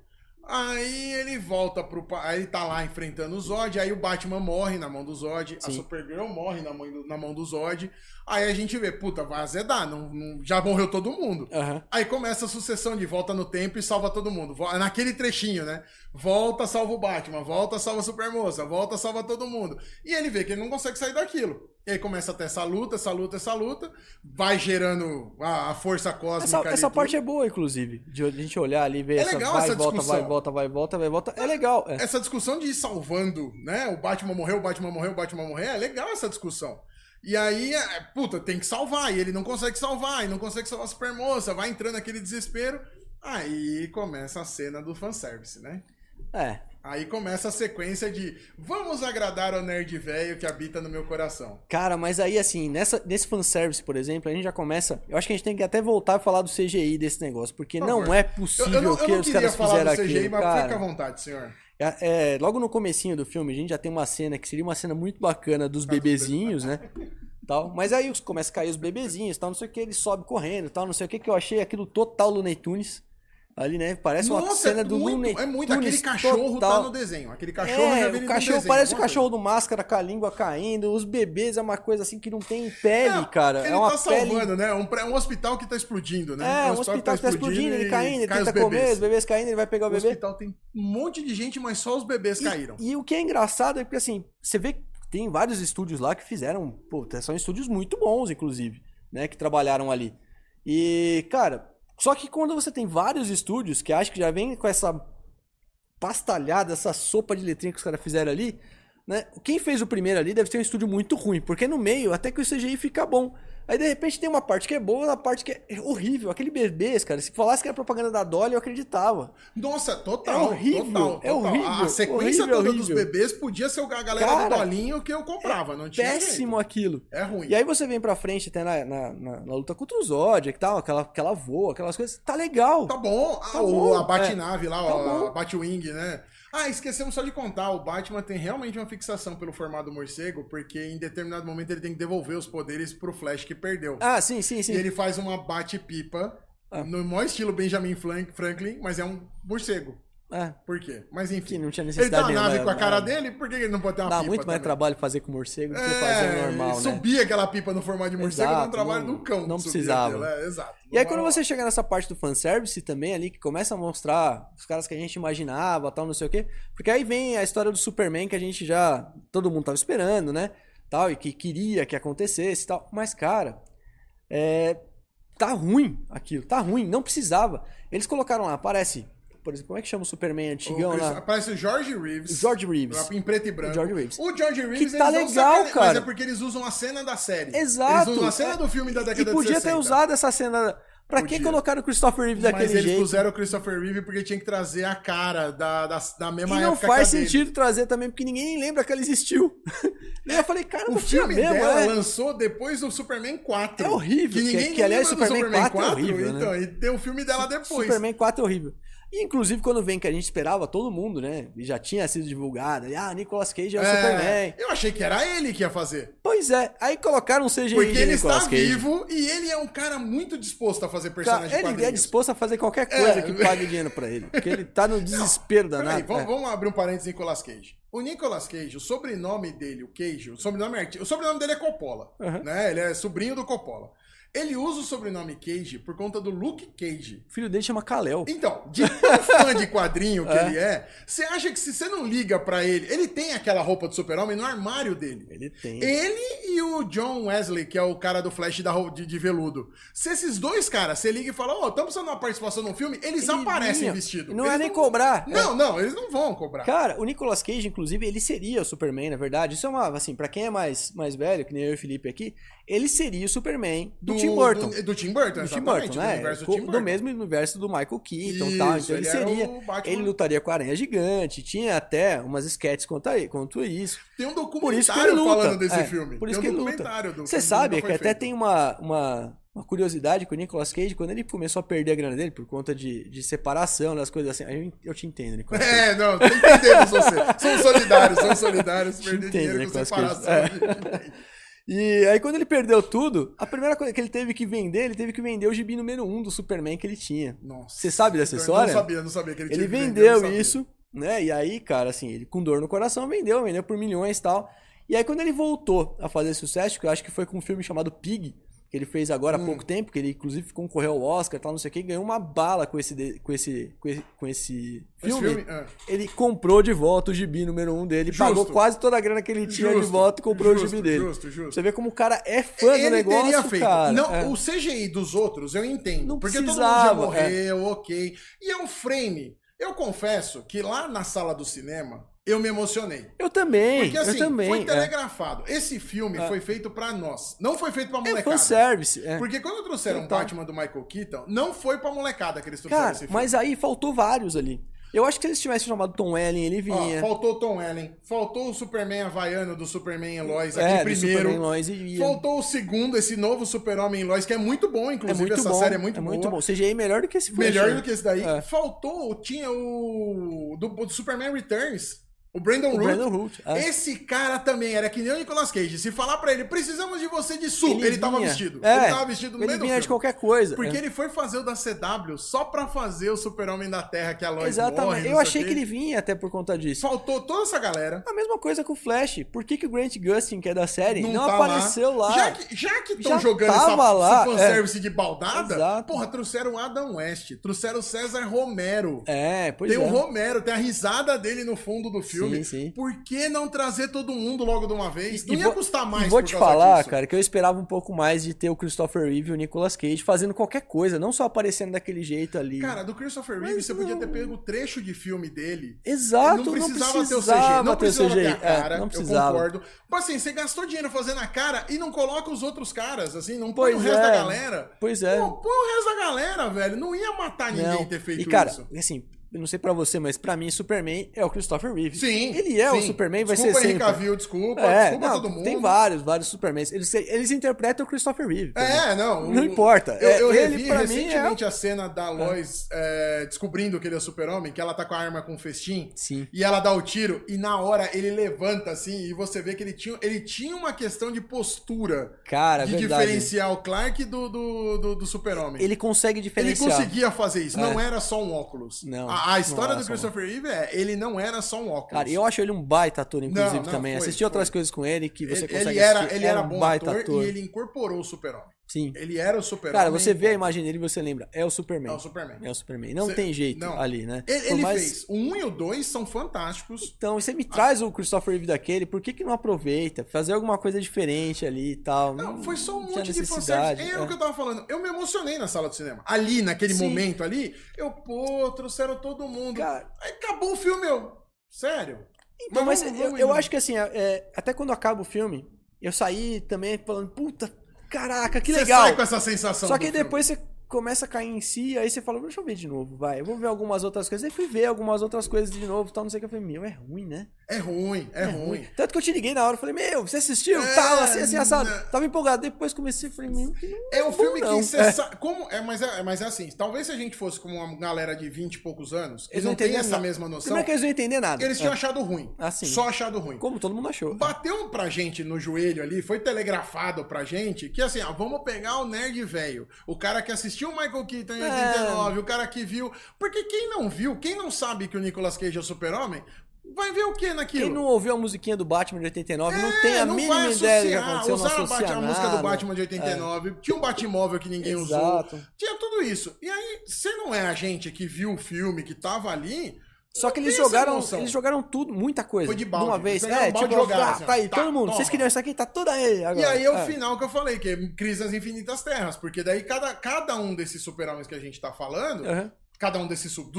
Aí ele volta aí ele tá lá enfrentando o Zod, aí o Batman morre na mão do Zod, a Supergirl morre na mão do Zod. Aí a gente vê, puta, vai azedar, já morreu todo mundo. Uhum. Aí começa a sucessão de volta no tempo e salva todo mundo. Naquele trechinho, né? Volta, salva o Batman, volta, salva a Supermoça, volta, salva todo mundo. E ele vê que ele não consegue sair daquilo. E aí começa a ter essa luta, vai gerando a força cósmica. Essa parte é boa, inclusive, de a gente olhar ali e ver legal essa discussão. Vai, volta. É legal. É. Essa discussão de ir salvando, né? O Batman morreu, é legal essa discussão. E aí, puta, tem que salvar, e ele não consegue salvar, a Supermoça, vai entrando aquele desespero. Aí começa a cena do fanservice, né? Aí começa a sequência de vamos agradar ao nerd velho que habita no meu coração. Cara, mas aí assim, nesse fanservice, por exemplo, a gente já começa... Eu acho que a gente tem que até voltar a falar do CGI desse negócio, porque não é possível que os caras fizeram aquilo, CGI, mas cara. fica à vontade, senhor. Logo no comecinho do filme, a gente já tem uma cena que seria uma cena muito bacana dos bebezinhos, né? Tal. Mas aí começa a cair os bebezinhos, tal, não sei o que, ele sobe correndo, tal, não sei o que eu achei aquilo total Looney Tunes. Ali, né? Parece uma cena do Looney Tunes. É muito, aquele cachorro total. Tá no desenho. Aquele cachorro já o cachorro desenho, parece o cachorro do Máscara com a língua caindo. Os bebês é uma coisa assim que não tem pele, cara. Ele é uma tá salvando, né? Um hospital que tá explodindo, né? Um hospital que tá explodindo, ele caindo, ele tenta comer, os bebês caindo, ele vai pegar o bebê. O hospital tem um monte de gente, mas só os bebês caíram. E o que é engraçado é que, assim, você vê que tem vários estúdios lá que fizeram... Pô, são estúdios muito bons, inclusive, né? Que trabalharam ali. E, cara... Só que quando você tem vários estúdios que acho que já vem com essa pastalhada, essa sopa de letrinha que os caras fizeram ali, né? Quem fez o primeiro ali deve ter um estúdio muito ruim, porque no meio até que o CGI fica bom. Aí de repente tem uma parte que é boa, uma parte que é horrível. Aquele bebês, cara, se falasse que era propaganda da Dolly, eu acreditava. Nossa, total. É horrível. Total. É horrível. A sequência horrível, toda dos bebês podia ser a galera do Dolinho que eu comprava. Não tinha péssimo jeito. Aquilo. É ruim. E aí você vem pra frente até na luta contra o Zod, que tal, aquela voa, aquelas coisas. Tá legal. Tá bom. Tá bom. A Batnave lá, tá a Batwing, né? Esquecemos só de contar, o Batman tem realmente uma fixação pelo formato do morcego, porque em determinado momento ele tem que devolver os poderes pro Flash que perdeu. Sim. E ele faz uma bate-pipa, no maior estilo Benjamin Franklin, mas é um morcego. Por quê? Mas enfim. Que não tinha necessidade. Ele tá na nave com a cara dele, por que ele não pode ter uma pipa? Dá muito mais trabalho fazer com morcego do que fazer normal, né? Subir aquela pipa no formato de morcego é um trabalho do cão. Não precisava. Exato. E aí quando você chega nessa parte do fanservice também ali, que começa a mostrar os caras que a gente imaginava, tal, não sei o quê. Porque aí vem a história do Superman que a gente já... Todo mundo tava esperando, né? Tal, e que queria que acontecesse e tal. Mas, cara... Tá ruim aquilo. Tá ruim. Não precisava. Eles colocaram lá, parece... Por exemplo, como é que chama o Superman antigão lá? Parece o George Reeves. Em preto e branco. O George Reeves. O George Reeves, que tá legal, cara. Mas é porque eles usam a cena da série. Exato. Eles usam a cena do filme da década de 60. E podia ter usado essa cena... Pra que colocaram o Christopher Reeve daquele jeito? Mas eles puseram o Christopher Reeve porque tinha que trazer a cara da mesma época. E não faz sentido trazer também, porque ninguém lembra que ela existiu. E eu falei, cara, o filme mesmo, dela lançou depois do Superman 4. É horrível. Que ninguém aliás, Superman 4 é horrível, então, né? E tem o filme dela depois. Superman 4 é horrível. E inclusive quando vem que a gente esperava, todo mundo, né? E já tinha sido divulgado. Nicolas Cage é o Superman. Eu achei que era ele que ia fazer. Pois é. Aí colocaram um CGI porque ele Nicolas está Cage. vivo e ele é um cara muito disposto a fazer personagem de quadrinhos. Ele é disposto a fazer qualquer coisa que pague dinheiro pra ele. Porque ele tá no desespero danado. Vamos abrir um parênteses Nicolas Cage. O Nicolas Cage, o sobrenome dele, o Cage, o sobrenome dele é Coppola. Né? Ele é sobrinho do Coppola. Ele usa o sobrenome Cage por conta do Luke Cage. O filho dele chama Kal-El. Então, de tão fã de quadrinho que ele é, você acha que se você não liga pra ele... Ele tem aquela roupa do super-homem no armário dele. Ele tem. Ele e o John Wesley, que é o cara do Flash de veludo. Se esses dois caras, você liga e fala, estamos precisando de uma participação no filme, eles aparecem vestidos. Não é nem cobrar. Não, eles não vão cobrar. Cara, o Nicolas Cage, inclusive, ele seria o Superman, na verdade. Isso é uma, assim, pra quem é mais velho, que nem eu e o Felipe aqui, ele seria o Superman do Tim Burton. Do Tim Burton, exatamente. Tim Burton, né? Do mesmo universo do Michael Keaton e tal. Então ele seria. Ele lutaria com a Aranha Gigante. Tinha até umas sketches quanto isso. Tem um documentário falando desse filme. Por isso que ele luta. Você sabe que até tem uma curiosidade com o Nicolas Cage, quando ele começou a perder a grana dele por conta de separação, das coisas assim. Eu te entendo, Nicolas Cage. Não, entendemos você. Somos solidários. Perder dinheiro com separação. E aí quando ele perdeu tudo, a primeira coisa que ele teve que vender o gibi número 1 do Superman que ele tinha. Nossa. Você sabe dessa história? Não sabia que ele tinha Ele vendeu isso, né? E aí, cara, assim, ele com dor no coração vendeu por milhões e tal. E aí quando ele voltou a fazer sucesso, que eu acho que foi com um filme chamado Pig, que ele fez agora há pouco tempo, que ele inclusive concorreu ao Oscar, tal, não sei o que, ganhou uma bala com esse filme. Ele comprou de volta o gibi número 1 dele, pagou quase toda a grana que ele tinha de volta e comprou o gibi dele. Você vê como o cara é fã do negócio, teria feito. Cara. Não, o CGI dos outros eu entendo, não porque precisava, todo mundo já morreu, ok. E é um frame. Eu confesso que lá na sala do cinema, eu me emocionei. Eu também. Porque assim, também, foi telegrafado. Esse filme foi feito pra nós. Não foi feito pra molecada. É fanservice. Porque quando trouxeram o Batman do Michael Keaton, não foi pra molecada que eles trouxeram esse filme. Mas aí faltou vários ali. Eu acho que se eles tivessem chamado Tom Welling, ele vinha. Faltou o Tom Welling. Faltou o Superman havaiano do Superman Lois aqui primeiro. Superman Lois e faltou o segundo, esse novo Super-Homem Lois, que é muito bom, inclusive. Série é muito boa. É muito bom. CGI melhor do que esse filme. Melhor do que esse daí. Tinha o do Superman Returns. O Brandon Root. Esse cara também era que nem o Nicolas Cage. Se falar pra ele, precisamos de você de sul, ele tava vestido. Ele tava vestido no meio do filme. Ele vinha de qualquer coisa. Porque ele foi fazer o da CW só pra fazer o Super-Homem da Terra, que a Lois Exatamente. morre. Eu achei que ele vinha até por conta disso. Faltou toda essa galera. A mesma coisa com o Flash. Por que o Grant Gustin, que é da série, não apareceu lá? Já que estão jogando esse fanservice de baldada, porra, trouxeram o Adam West, trouxeram o César Romero. Tem o Romero, tem a risada dele no fundo do filme. Sim. Por que não trazer todo mundo logo de uma vez? Não ia custar mais. E vou te falar, cara, que eu esperava um pouco mais de ter o Christopher Reeve e o Nicolas Cage fazendo qualquer coisa, não só aparecendo daquele jeito ali. Cara, do Christopher Reeve você podia ter pego o trecho de filme dele. Exato, não precisava ter o CG. Não precisava ter a cara, não precisava. Eu concordo. Mas assim, você gastou dinheiro fazendo a cara e não coloca os outros caras, assim, não põe o resto da galera. Pois é. Pô, põe o resto da galera, velho. Não ia matar ninguém ter feito isso. E cara, assim... Eu não sei pra você, mas pra mim Superman é o Christopher Reeve. Sim. Ele é o Superman, vai ser sempre. Desculpa, Henry Cavill, desculpa todo mundo. Tem vários Supermans. Eles interpretam o Christopher Reeve. Não importa. Eu revi recentemente a cena da Lois descobrindo que ele é o Super-Homem, que ela tá com a arma com festim. Sim. E ela dá o tiro, e na hora ele levanta assim, e você vê que ele tinha uma questão de postura. Cara, de diferenciar o Clark do Super-Homem. Ele consegue diferenciar. Ele conseguia fazer isso. Não era só um óculos. Não. A história do Christopher Reeve ele não era só um óculos. Cara, eu acho ele um baita ator, inclusive, também. Assisti outras coisas com ele que você consegue assistir. Ele era bom ator e ele incorporou o Super-Homem. Sim. Ele era o Super-Homem. Cara, você vê a imagem dele e você lembra. É o Superman. É o Superman. Não tem jeito ali, né? Ele fez. O 1 e o 2 são fantásticos. Então, você me traz o Christopher Reeve daquele, por que não aproveita? Fazer alguma coisa diferente ali e tal. Não, foi só um monte de fanservice. É o que eu tava falando. Eu me emocionei na sala do cinema. Ali, naquele momento ali, trouxeram todo mundo. Cara, aí acabou o filme, sério? Então, mas eu acho que assim, até quando acaba o filme, eu saí também falando, puta, caraca, que legal. Você sai com essa sensação. Só que depois você começa a cair em si, aí você fala, deixa eu ver de novo, vai. Eu vou ver algumas outras coisas. Aí fui ver algumas outras coisas de novo, tal, não sei o que. Eu falei, é ruim, né? É ruim. Tanto que eu te liguei na hora, eu falei, você assistiu? Tal, assim, assado. Tava empolgado. Depois comecei, falei, que não é um filme que você sabe. Mas é assim, talvez se a gente fosse como uma galera de 20 e poucos anos, eles não têm essa mesma noção. Primeiro que eles não entender nada. Eles tinham achado ruim. Assim. Só achado ruim. Como todo mundo achou. Bateu pra gente no joelho ali, foi telegrafado pra gente, que assim, vamos pegar o nerd velho. O cara que assistiu o Michael Keaton em 89, o cara que viu. Porque quem não viu, quem não sabe que o Nicolas Cage é o Super-Homem, vai ver o que naquilo? Quem não ouviu a musiquinha do Batman de 89 não tem a mínima ideia do que aconteceu. Usaram a música do Batman de 89, tinha um Batmóvel que ninguém usou. Tinha tudo isso. E aí, você não é a gente que viu o filme, que tava ali... Só que eles jogaram tudo, muita coisa. Foi de balde. De uma vez. Jogar, tá aí, todo mundo. Vocês queriam isso aqui, tá tudo aí agora. E aí é o final que eu falei, que é Crise nas Infinitas Terras. Porque daí cada um desses super-homens que a gente tá falando, cada um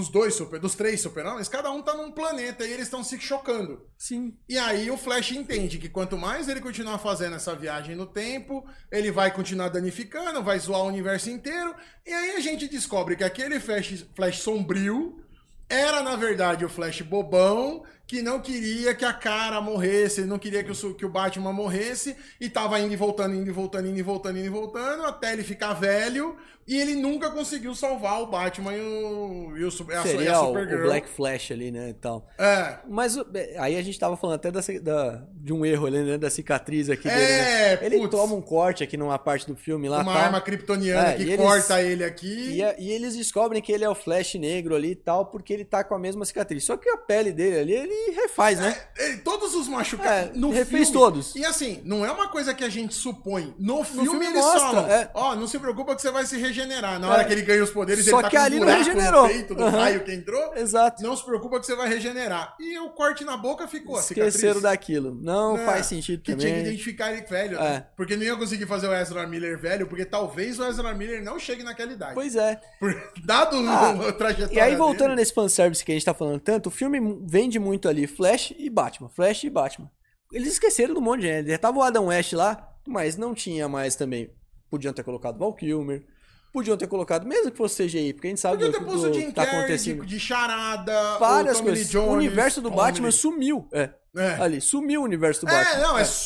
dos três super-homens, cada um tá num planeta e eles estão se chocando. Sim. E aí o Flash entende que quanto mais ele continuar fazendo essa viagem no tempo, ele vai continuar danificando, vai zoar o universo inteiro. E aí a gente descobre que aquele Flash sombrio era, na verdade, o Flash bobão que não queria que a cara morresse, ele não queria que o Batman morresse, e tava indo e voltando, até ele ficar velho, e ele nunca conseguiu salvar o Batman e a Supergirl. O Black Flash ali, né, e tal. É. Mas aí a gente tava falando até de um erro ali, né, da cicatriz aqui dele, né? Ele toma um corte aqui numa parte do filme lá. Uma arma kryptoniana que corta ele aqui. E eles descobrem que ele é o Flash negro ali e tal, porque ele tá com a mesma cicatriz. Só que a pele dele ali, ele refaz, né? Todos os machucados. No refez filme, todos. E assim, não é uma coisa que a gente supõe. No filme eles falam, não se preocupa que você vai se regenerar. Na hora que ele ganha os poderes, só ele tá que com ali um buraco não regenerou. No peito do raio que entrou. Exato. Não se preocupa que você vai regenerar. E o corte na boca ficou. Esqueceram daquilo. Não faz sentido que também. Tinha que identificar ele velho. Né? Porque não ia conseguir fazer o Ezra Miller velho, porque talvez o Ezra Miller não chegue naquela idade. Pois é. Dado o trajetório. E aí, voltando nesse fanservice que a gente tá falando tanto, o filme vende muito ali Flash e Batman. Eles esqueceram do monte de gente. Tava o Adam West lá, mas não tinha mais também. Podiam ter colocado Val Kilmer. Podiam ter colocado, mesmo que fosse CGI, porque a gente sabe o que tá acontecendo. De Charada, várias coisas. Jones, o universo do Batman sumiu. Ali, sumiu o universo do Batman. É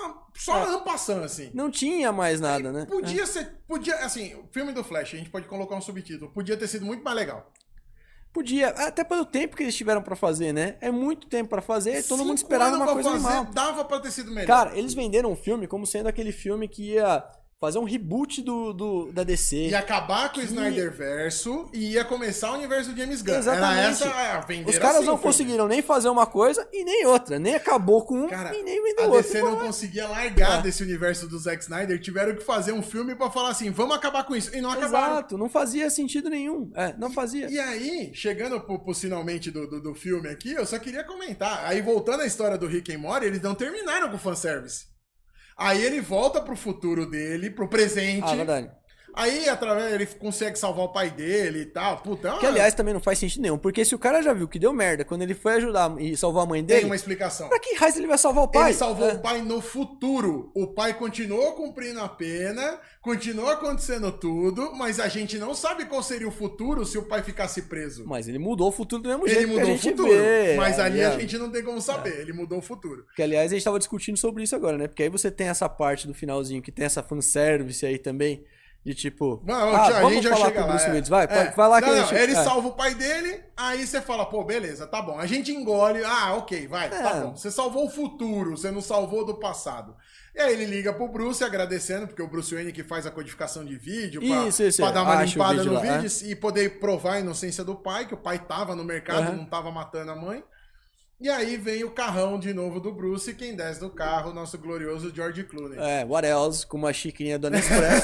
só rampação, assim. Não tinha mais nada, né? Podia, assim, o filme do Flash, a gente pode colocar um subtítulo, podia ter sido muito mais legal. Podia, até pelo tempo que eles tiveram pra fazer, né? É muito tempo pra fazer, todo mundo esperava uma coisa animal. Dava pra ter sido melhor. Cara, eles venderam o filme como sendo aquele filme que ia fazer um reboot da DC. Ia acabar com o Snyderverso e ia começar o universo do James Gunn. Exatamente. Era essa Os caras não conseguiram nem fazer uma coisa e nem outra. Nem acabou com um e nem vendeu outro. A DC não conseguia largar desse universo do Zack Snyder. Tiveram que fazer um filme pra falar assim, vamos acabar com isso. E não acabaram. Exato, não fazia sentido nenhum. Não fazia. E aí, chegando pro finalmente do filme aqui, eu só queria comentar. Aí, voltando à história do Rick and Morty, eles não terminaram com o fanservice. Aí ele volta pro futuro dele, pro presente. Verdade. Aí, ele consegue salvar o pai dele e tal. Puta, que, aliás, também não faz sentido nenhum. Porque se o cara já viu que deu merda quando ele foi ajudar e salvar a mãe dele... Tem uma explicação. Pra que raio ele vai salvar o pai? Ele salvou o pai no futuro. O pai continuou cumprindo a pena, continuou acontecendo tudo, mas a gente não sabe qual seria o futuro se o pai ficasse preso. Mas ele mudou o futuro do mesmo jeito que a gente Ele mudou o futuro. Mas ali a gente não tem como saber. Ele mudou o futuro. Que, aliás, a gente tava discutindo sobre isso agora, né? Porque aí você tem essa parte do finalzinho que tem essa fanservice aí também... De tipo, a gente já chega lá. Vai lá que ele salva o pai dele, aí você fala, pô, beleza, tá bom. A gente engole, ok, vai, tá bom. Você salvou o futuro, você não salvou do passado. E aí ele liga pro Bruce agradecendo, porque o Bruce Wayne que faz a codificação de vídeo pra dar uma limpada no vídeo e poder provar a inocência do pai, que o pai tava no mercado, não tava matando a mãe. E aí vem o carrão de novo do Bruce, e quem desce do carro, o nosso glorioso George Clooney. What else, com uma xicrinha do Nespresso.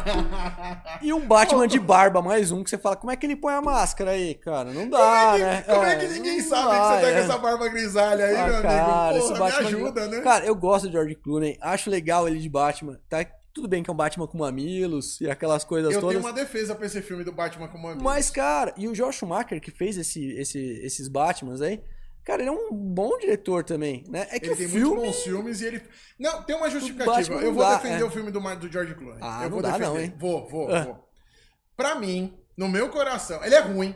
E um Batman de barba, mais um, que você fala, como é que ele põe a máscara aí, cara? Não dá, né? Como é que ninguém sabe que você tá com essa barba grisalha aí, meu cara, amigo? Porra, Batman me ajuda, né? Cara, eu gosto do George Clooney, acho legal ele de Batman, tá? Tudo bem que é um Batman com mamilos e aquelas coisas todas. Eu tenho uma defesa pra esse filme do Batman com mamilos. Mas, cara, e o Joel Schumacher, que fez esses Batmans aí, cara, ele é um bom diretor também, né? É que ele tem muitos bons filmes e ele... Não, tem uma justificativa. Eu vou defender o filme do George Clooney. Eu vou defender. Não, hein? Vou. Pra mim, no meu coração, ele é ruim.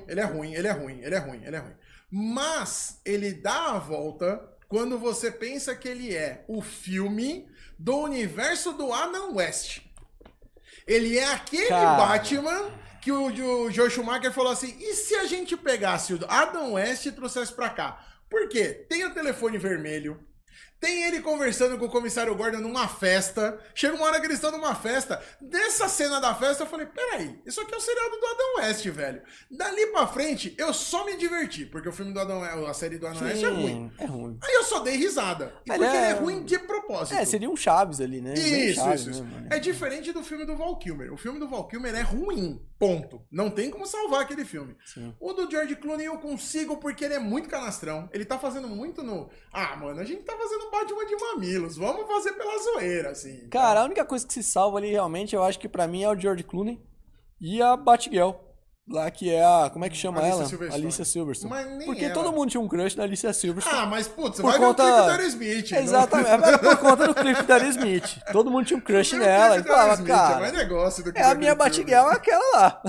Mas ele dá a volta quando você pensa que ele é o filme do universo do Adam West. Ele é aquele Batman... que o Joel Schumacher falou assim, e se a gente pegasse o Adam West e trouxesse pra cá? Por quê? Tem o telefone vermelho, tem ele conversando com o comissário Gordon numa festa, chega uma hora que eles estão numa festa, dessa cena da festa eu falei, peraí, isso aqui é o seriado do Adam West, velho. Dali pra frente, eu só me diverti, porque o filme do Adam West, a série do Adam West é ruim. É ruim. Aí eu só dei risada, e porque ele é ruim de propósito. Seria um Chaves ali, né? Isso. É diferente do filme do Val Kilmer. O filme do Val Kilmer é ruim, ponto. Não tem como salvar aquele filme. Sim. O do George Clooney eu consigo porque ele é muito canastrão. Ele tá fazendo muito no... mano, a gente tá fazendo Batman de mamilos. Vamos fazer pela zoeira, assim. Cara, a única coisa que se salva ali realmente, eu acho que pra mim é o George Clooney e a Batgirl. lá que é a... Como é que chama Alicia ela? Silverstone. Alicia Silverstone. Mas nem porque ela. todo mundo tinha um crush na Alicia Silverstone. Ah, mas putz, você por vai conta... ver o clipe da Aerosmith. Exatamente, era por conta do clipe da Aerosmith. Todo mundo tinha um crush nela. E falava, cara, é mais negócio do que a minha Batgirl é aquela lá.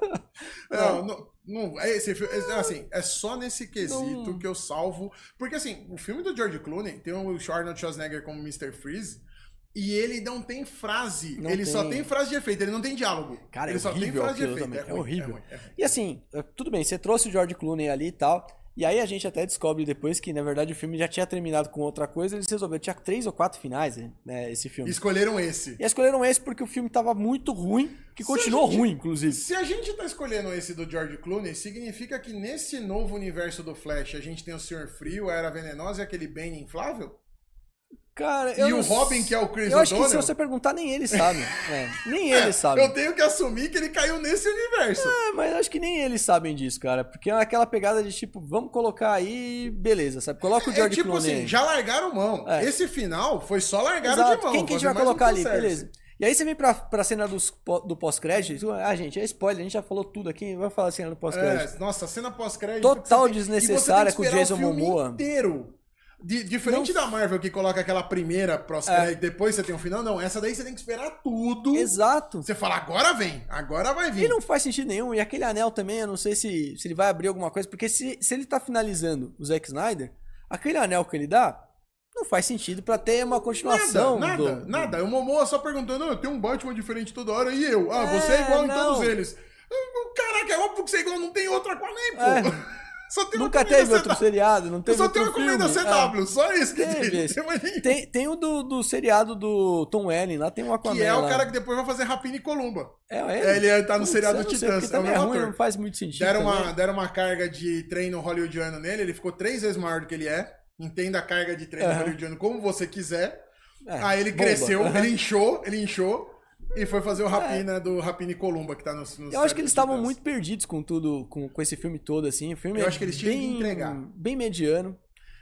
Não, esse filme, assim, é só nesse quesito que eu salvo. Porque, assim, o filme do George Clooney tem o Arnold Schwarzenegger como Mr. Freeze. E ele não tem frase. Só tem frase de efeito, ele não tem diálogo. Cara, ele só tem frase de efeito. É horrível. E assim, tudo bem, você trouxe o George Clooney ali e tal. E aí a gente até descobre depois que, na verdade, o filme já tinha terminado com outra coisa. Eles resolveram, tinha 3 ou 4 finais, né, esse filme. Escolheram esse. E escolheram esse porque o filme tava muito ruim, que continuou ruim, inclusive. Se a gente tá escolhendo esse do George Clooney, significa que nesse novo universo do Flash, a gente tem o Senhor Frio, a Era Venenosa e aquele Bane inflável? Cara, e o Robin, que é o Chris O'Donnell? Eu acho que se você perguntar, nem ele sabe. Nem ele sabe. Eu tenho que assumir que ele caiu nesse universo. Mas acho que nem eles sabem disso, cara. Porque é aquela pegada de tipo, vamos colocar aí, beleza, sabe? Coloca o George Clooney. Tipo assim, já largaram mão. Esse final foi só largar de mão. Quem que a gente vai colocar ali? Beleza. E aí você vem pra cena do pós-crédito, gente, é spoiler, a gente já falou tudo aqui, vai falar a cena do pós-crédito. Nossa, a cena pós-crédito... Total desnecessária com o Jason Momoa. Inteiro. Diferente da Marvel que coloca aquela primeira pós-crédito, depois você tem um final, não, essa daí você tem que esperar tudo. Exato. Você fala, agora vem, agora vai vir. E não faz sentido nenhum, e aquele anel também, eu não sei se ele vai abrir alguma coisa, porque se ele tá finalizando o Zack Snyder, aquele anel que ele dá, não faz sentido pra ter uma continuação. Nada. O Momoa só perguntando, eu tenho um Batman diferente toda hora, e eu? Você é igual em todos eles. Caraca, é óbvio que você é igual, não tem outro Aquaman, pô. Nunca teve outro seriado, não teve outro filme. Eu só tenho a CW, só isso que tem o do seriado do Tom Welling, lá tem um Aquaman. Que é o cara que depois vai fazer Rapina e Columba. Ele? Ele tá no seriado do Titãs. É ruim, não faz muito sentido. Deram uma carga de treino hollywoodiano nele, ele ficou 3 vezes maior do que ele é. Entenda a carga de treino hollywoodiano como você quiser. Aí ele cresceu, ele inchou. E foi fazer o Rapina do Rapina e Columba, que tá no Eu acho que eles estavam muito perdidos com tudo, com esse filme todo, assim. O filme eu acho que eles tinham que entregar. Bem mediano.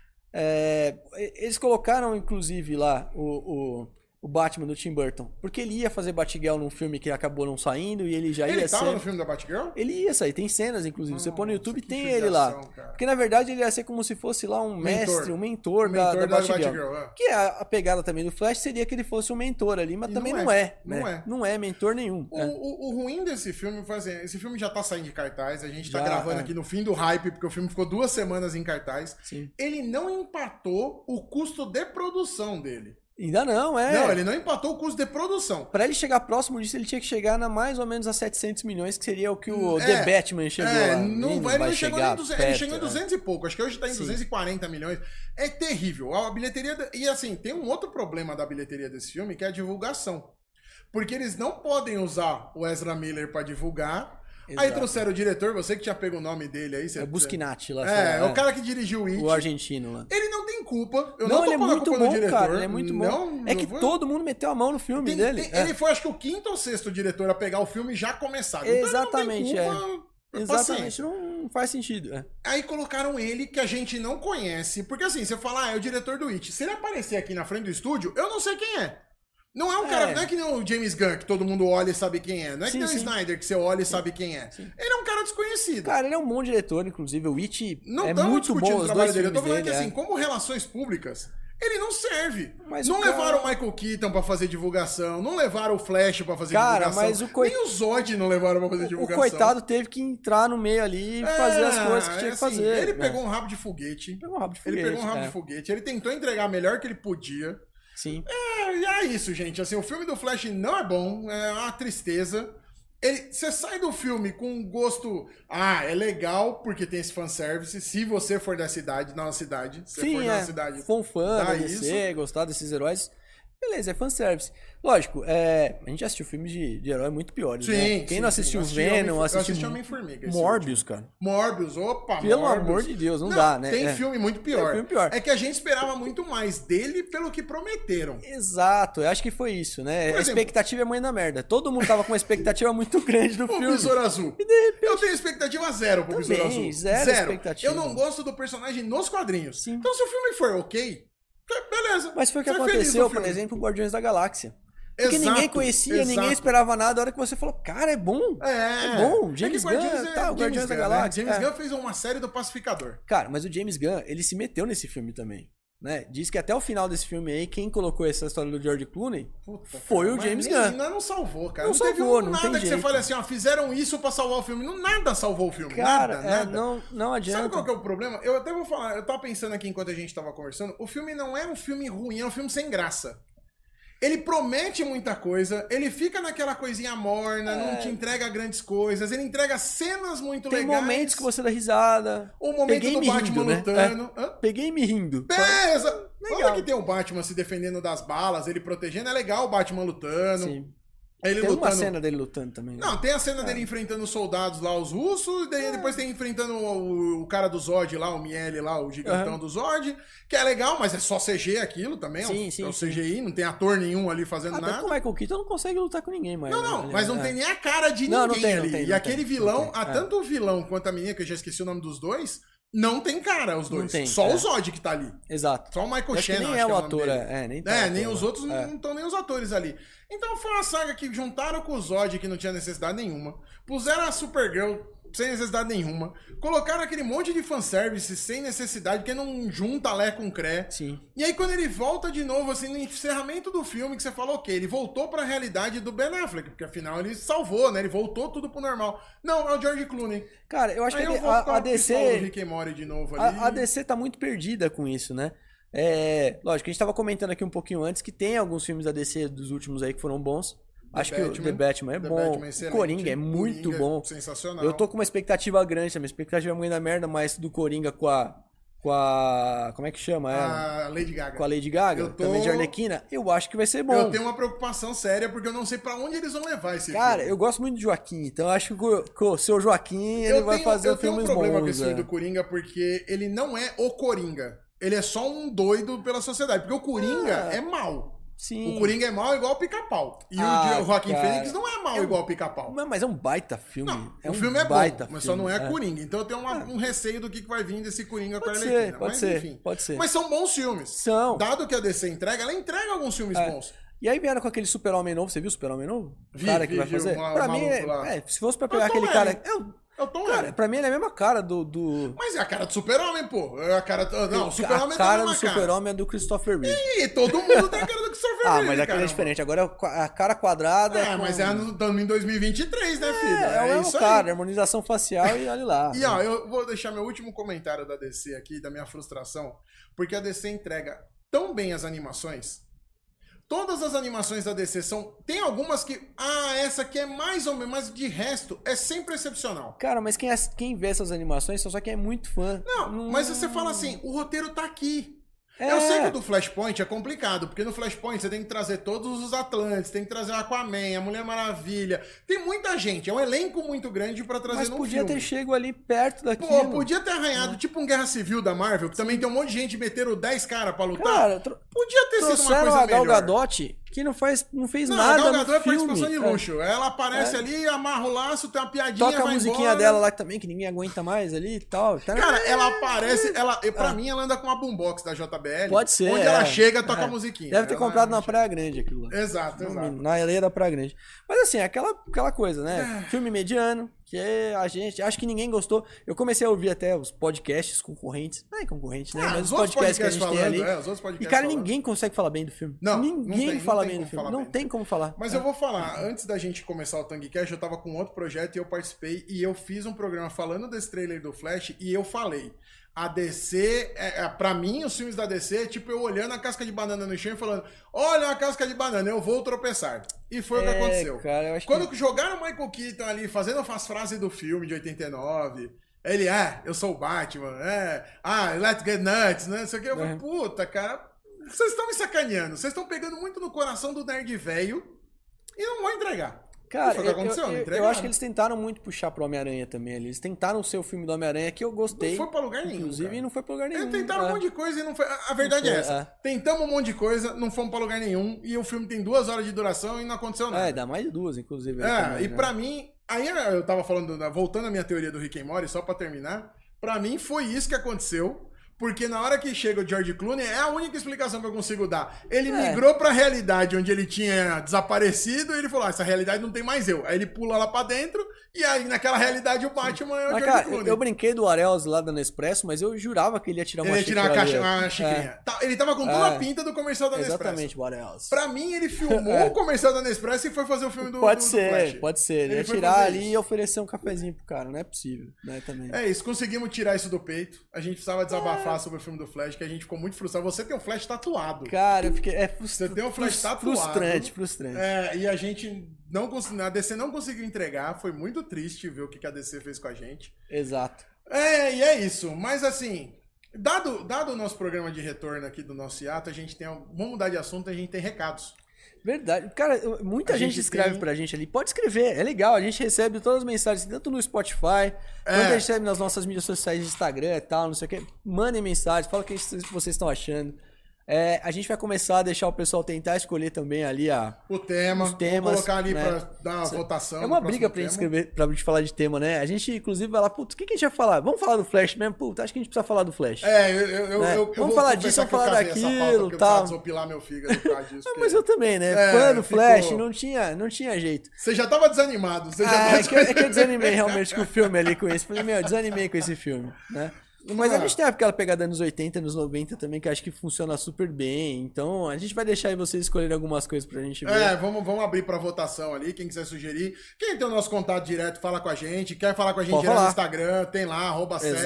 Eles colocaram, inclusive, lá o Batman do Tim Burton. Porque ele ia fazer Batgirl num filme que acabou não saindo e ele já ia ser... Ele tava no filme da Batgirl? Ele ia sair, tem cenas, inclusive. Você põe no YouTube, tem ele lá. Cara. Porque, na verdade, ele ia ser como se fosse lá um mestre, um mentor da Batgirl. Que a pegada também do Flash seria que ele fosse um mentor ali, mas também não é. Não é mentor nenhum. O ruim desse filme foi assim, esse filme já tá saindo de cartaz, a gente tá gravando aqui no fim do hype, porque o filme ficou 2 semanas em cartaz. Sim. Ele não empatou o custo de produção dele. Ainda não, Não, ele não empatou o custo de produção. Pra ele chegar próximo disso, ele tinha que chegar mais ou menos a 700 milhões, que seria o que o The Batman chegou lá. Ele chegou em 200, ele chegou em 200 e pouco. Acho que hoje tá em 240 milhões. É terrível. A bilheteria... E assim, tem um outro problema da bilheteria desse filme, que é a divulgação. Porque eles não podem usar o Ezra Miller pra divulgar... Exato. Aí trouxeram o diretor, você que tinha pego o nome dele aí. É o Buscinatti lá. O cara que dirigiu o It. O argentino lá. Ele não tem culpa. Eu não tô ele é muito culpa bom, do diretor. cara. Ele é muito bom. Todo mundo meteu a mão no filme dele. Ele foi, acho que, o 5º ou 6º diretor a pegar o filme e já começar. Exatamente, então, não tem culpa, Exatamente, não faz sentido. Aí colocaram ele, que a gente não conhece. Porque assim, você fala, é o diretor do It. Se ele aparecer aqui na frente do estúdio, eu não sei quem é. Não é um cara, não é que nem o James Gunn, que todo mundo olha e sabe quem é. Não é que nem o Snyder, que você olha e sabe quem é. Sim. Ele é um cara desconhecido. Cara, ele é um bom diretor, inclusive. O It não é muito bom, o trabalho dele. Eu tô falando dele, que, assim, como relações públicas, ele não serve. Não levaram o Michael Keaton pra fazer divulgação, não levaram o Flash pra fazer divulgação. Mas nem o Zod não levaram pra fazer divulgação. O coitado teve que entrar no meio ali e fazer as coisas que tinha que fazer. Ele pegou um rabo de foguete. Ele tentou entregar melhor que ele podia. Sim. E é isso, gente. Assim, o filme do Flash não é bom, é uma tristeza. Você sai do filme com um gosto... é legal porque tem esse fanservice. Se você for da cidade, na cidade. Se for na cidade, for um fã da DC, gostar desses heróis... Beleza, é fanservice. Lógico, a gente já assistiu filmes de herói muito piores, né? Quem não assistiu Venom, assistiu Homem-Formiga. Morbius, cara. Morbius, pelo amor de Deus, não dá, né? Tem filme muito pior. Tem filme pior. É que a gente esperava muito mais dele pelo que prometeram. Exato, eu acho que foi isso, né? A expectativa é mãe da merda. Todo mundo tava com uma expectativa muito grande do filme. O Besouro Azul. E de repente... Eu tenho expectativa zero pro Besouro Azul. Zero expectativa. Eu não gosto do personagem nos quadrinhos. Sim. Então se o filme for ok... Beleza. Mas foi o que aconteceu, por exemplo, com Guardiões da Galáxia. Porque ninguém conhecia, ninguém esperava nada. A hora que você falou, cara, é bom. É bom. James Gunn, o Guardiões da Galáxia. James Gunn fez uma série do Pacificador. Cara, mas o James Gunn, ele se meteu nesse filme também. Né? Diz que até o final desse filme aí, quem colocou essa história do George Clooney foi o James Gunn. Não salvou, cara. Não salvou, não nada tem que jeito. você fale assim, ó, fizeram isso pra salvar o filme. Nada salvou o filme. Cara, nada. Não adianta. Sabe qual que é o problema? Eu até vou falar, eu tava pensando aqui enquanto a gente tava conversando, o filme não é um filme ruim, é um filme sem graça. Ele promete muita coisa, ele fica naquela coisinha morna, não te entrega grandes coisas, ele entrega cenas muito legais. Tem momentos que você dá risada. O momento do Batman lutando. Peguei me rindo. Olha que tem o Batman se defendendo das balas, ele protegendo, é legal o Batman lutando. Sim. Ele tem lutando... uma cena dele lutando também. Né? Não, tem a cena dele enfrentando os soldados lá, os russos, e daí depois tem enfrentando o cara do Zod lá, o Miele lá, o gigantão do Zod, que é legal, mas é só CG aquilo também, é o CGI, não tem ator nenhum ali fazendo nada. Até o Michael Keaton não consegue lutar com ninguém, mas... Mas não tem nem a cara de ninguém ali. E aquele vilão, tem. Tanto o vilão quanto a menina, que eu já esqueci o nome dos dois... Não tem cara, os dois. Tem, só o Zod que tá ali. Exato. Só o Michael Shannon. Nem é o ator, nem os outros não estão nem os atores ali. Então foi uma saga que juntaram com o Zod, que não tinha necessidade nenhuma. Puseram a Supergirl sem necessidade nenhuma. Colocaram aquele monte de fanservice sem necessidade, porque não junta Lé com Cré. Sim. E aí quando ele volta de novo, assim, no encerramento do filme, que você falou, ok, ele voltou pra realidade do Ben Affleck, porque afinal ele salvou, né? Ele voltou tudo pro normal. Não, é o George Clooney. Cara, eu acho que a DC... Rick and Morty de novo ali. A DC tá muito perdida com isso, né? Lógico, a gente tava comentando aqui um pouquinho antes que tem alguns filmes da DC dos últimos aí que foram bons. Acho que o The Batman é bom. O Coringa é muito bom. Sensacional. Eu tô com uma expectativa grande também. Expectativa muito da merda, mas do Coringa com a... Como é que chama ela? A Lady Gaga. Com a Lady Gaga, também de Arlequina. Eu acho que vai ser bom. Eu tenho uma preocupação séria, porque eu não sei pra onde eles vão levar esse filme. Cara, eu gosto muito do Joaquim, então eu acho que o seu Joaquim, ele vai fazer filmes bons. Eu tenho um problema com esse filme do Coringa, porque ele não é o Coringa. Ele é só um doido pela sociedade. Porque o Coringa é mau. Sim. O Coringa é mau igual o Pica-Pau. E o Joaquim Fênix não é mau igual o Pica-Pau. Mas é um baita filme. Não, o filme é bom, mas só não é Coringa. Então eu tenho um receio do que vai vir desse Coringa com a Arlequina. Pode ser. Mas são bons filmes. São. Dado que a DC entrega, ela entrega alguns filmes bons. E aí vieram com aquele Super-Homem novo. Você viu o Super-Homem novo? O cara que vai fazer? Pra mim, se fosse pra pegar aquele cara... Cara, pra mim ele é a mesma cara do... Mas é a cara do Super-Homem, pô. É a cara... Não, o Super-Homem é da mesma cara. A cara do Super-Homem é do Christopher Reeve. E todo mundo tem a cara do Christopher Reeve, mas aquele é diferente. Agora a cara quadrada... Mas estamos em 2023, né, filho? É o cara, harmonização facial e olha lá. E ó, eu vou deixar meu último comentário da DC aqui, da minha frustração, porque a DC entrega tão bem as animações... Todas as animações da DC são... Tem algumas que... essa aqui é mais ou menos... Mas de resto, é sempre excepcional. Cara, mas quem vê essas animações só quem é muito fã. Não, mas você fala assim... O roteiro tá aqui. Eu sei que o do Flashpoint é complicado, porque no Flashpoint você tem que trazer todos os Atlantes, tem que trazer o Aquaman, a Mulher Maravilha. Tem muita gente, é um elenco muito grande pra trazer no filme. Mas podia ter chego ali perto daquilo. Pô, podia ter arranhado, tipo um Guerra Civil da Marvel, que também tem um monte de gente meteram 10 caras pra lutar. Cara, podia ter sido uma coisa melhor. A Gal Gadot, que não fez nada no filme. A Gal Gadot é participação de luxo. Ela aparece ali, amarra o laço, tem uma piadinha, toca a musiquinha dela lá também, que ninguém aguenta mais ali e tal. Cara, ela aparece, pra mim ela anda com uma boombox da JBL. Pode ser. Onde ela chega, toca a musiquinha. Deve ter comprado na Praia Grande aquilo lá. Exato. Na areia da Praia Grande. Mas assim, aquela coisa, né? Filme mediano, que a gente... Acho que ninguém gostou. Eu comecei a ouvir até os podcasts concorrentes. Não é concorrente, né? Mas os podcasts que a gente tem ali. E, cara, ninguém consegue falar bem do filme. Ninguém fala bem do filme. Não tem como falar. Mas eu vou falar. Antes da gente começar o Tangcast, eu tava com outro projeto e eu participei. E eu fiz um programa falando desse trailer do Flash e eu falei... A DC, pra mim, os filmes da DC é tipo eu olhando a casca de banana no chão e falando: olha a casca de banana, eu vou tropeçar. E foi o que aconteceu. Cara, eu acho Quando jogaram o Michael Keaton ali, fazendo as frases do filme de 89, ele, eu sou o Batman, let's get nuts, né? Isso aqui, eu falei, puta, cara, vocês estão me sacaneando, vocês estão pegando muito no coração do nerd velho e não vão entregar. Cara, eu acho que eles tentaram muito puxar pro Homem-Aranha também. Eles tentaram ser o filme do Homem-Aranha que eu gostei. Não foi pra lugar nenhum. Inclusive, e não foi pra lugar nenhum. Eles tentaram um monte de coisa e não foi. A verdade é essa. Tentamos um monte de coisa, não fomos pra lugar nenhum. E o filme tem 2 horas de duração e não aconteceu nada. Dá mais de 2, inclusive. Também, pra mim. Aí eu tava falando, voltando à minha teoria do Rick and Morty, só pra terminar. Pra mim foi isso que aconteceu. porque na hora que chega o George Clooney, é a única explicação que eu consigo dar. Ele migrou pra realidade onde ele tinha desaparecido e ele falou, essa realidade não tem mais eu. Aí ele pula lá pra dentro e aí naquela realidade o Batman é o George cara, Clooney. Eu brinquei do Arels lá da Nespresso, mas eu jurava que ele ia tirar uma xícara. Ele ia tirar uma xícara. Ele tava com toda a pinta do comercial da Nespresso. Exatamente, o Arels. Pra mim, ele filmou o comercial da Nespresso e foi fazer o filme do Flash. Pode ser. Ele ia tirar ali e oferecer um cafezinho pro cara. Não é possível, né, também. É isso, conseguimos tirar isso do peito. A gente precisava desabafar sobre o filme do Flash, que a gente ficou muito frustrado. Você tem um Flash tatuado. Cara, eu fiquei... Você tem um Flash tatuado. Frustrante. E a gente não conseguiu... A DC não conseguiu entregar. Foi muito triste ver o que a DC fez com a gente. Exato. E é isso. Mas assim, dado o nosso programa de retorno aqui do nosso hiato, a gente tem... Vamos mudar de assunto, a gente tem recados. Verdade. Cara, muita gente escreve pra gente ali. Pode escrever, é legal. A gente recebe todas as mensagens, tanto no Spotify, quanto a gente recebe nas nossas mídias sociais de Instagram e tal, não sei o que. Mandem mensagens, fala o que vocês estão achando. A gente vai começar a deixar o pessoal tentar escolher também ali os temas. Vamos colocar ali, né, pra dar uma votação. É uma briga pra gente escrever, pra gente falar de tema, né? A gente, inclusive, vai lá, putz, o que a gente vai falar? Vamos falar do Flash mesmo? Putz, acho que a gente precisa falar do Flash. Vamos falar disso, vamos falar daquilo e tal. Desopilar meu fígado por causa disso. Mas eu também, né? Fã do Flash, não tinha jeito. Você já tava desanimado. É que eu desanimei realmente com o filme ali, com esse. Falei, desanimei com esse filme, né? Mas a gente tem aquela pegada nos 80, nos 90 também, que acho que funciona super bem. Então, a gente vai deixar aí vocês escolherem algumas coisas pra gente ver. Vamos abrir pra votação ali, quem quiser sugerir. Quem tem o nosso contato direto, fala com a gente. Quer falar com a gente direto no Instagram, tem lá, @sets,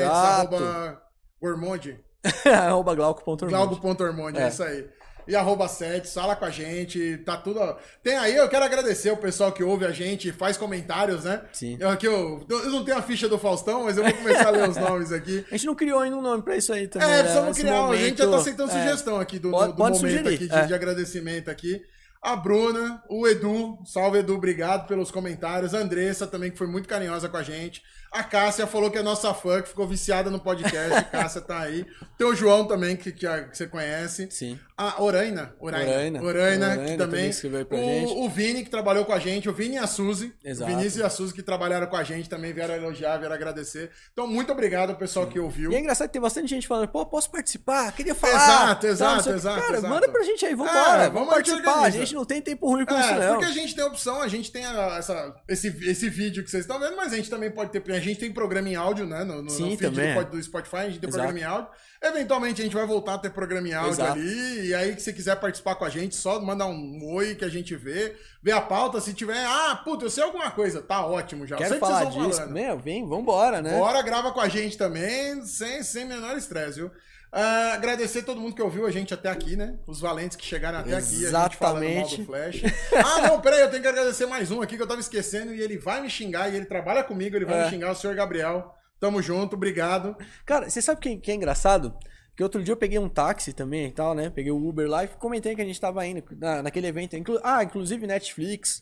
@Gormonde. @Glauco.Ormonde. Glauco.Ormonde, é isso aí. E @sets, fala com a gente, tá tudo... Tem aí, eu quero agradecer o pessoal que ouve a gente, faz comentários, né? Sim. Eu não tenho a ficha do Faustão, mas eu vou começar a ler os nomes aqui. A gente não criou ainda um nome pra isso aí também. Precisamos criar, a gente já tá aceitando sugestão aqui do momento sugerir, aqui de agradecimento aqui. A Bruna, o Edu, salve Edu, obrigado pelos comentários. A Andressa também, que foi muito carinhosa com a gente. A Cássia falou que é nossa fã, que ficou viciada no podcast. Cássia tá aí. Tem o João também, que você conhece. Sim. A Oraina, que também escreveu pra gente. O Vini, que trabalhou com a gente. O Vini e a Suzy. Exato. O Vinícius e a Suzy, que trabalharam com a gente, também vieram elogiar, vieram agradecer. Então, muito obrigado ao pessoal que ouviu. E é engraçado que tem bastante gente falando, pô, posso participar? Queria falar. Exato. Cara, manda pra gente aí, vambora. Vamos participar. A gente não tem tempo ruim com isso, não. Porque a gente tem opção, a gente tem esse vídeo que vocês estão vendo, mas a gente também pode ter... A gente tem programa em áudio, né? No feed do Spotify, a gente tem programa em áudio. Eventualmente a gente vai voltar a ter programa em áudio ali. E aí, se você quiser participar com a gente, só manda um oi que a gente vê a pauta. Se tiver, eu sei alguma coisa, tá ótimo já. Quero falar disso. Vem, vambora, né? Bora, grava com a gente também, sem menor estresse, viu? Agradecer todo mundo que ouviu a gente até aqui, né? Os valentes que chegaram até aqui, a gente falando mal do Flash. Peraí, eu tenho que agradecer mais um aqui que eu tava esquecendo e ele vai me xingar e ele trabalha comigo, ele vai me xingar, o senhor Gabriel. Tamo junto, obrigado. Cara, você sabe que é engraçado? Que outro dia eu peguei um táxi também e tal, né? Peguei o Uber lá e comentei que a gente tava indo naquele evento. Inclusive Netflix,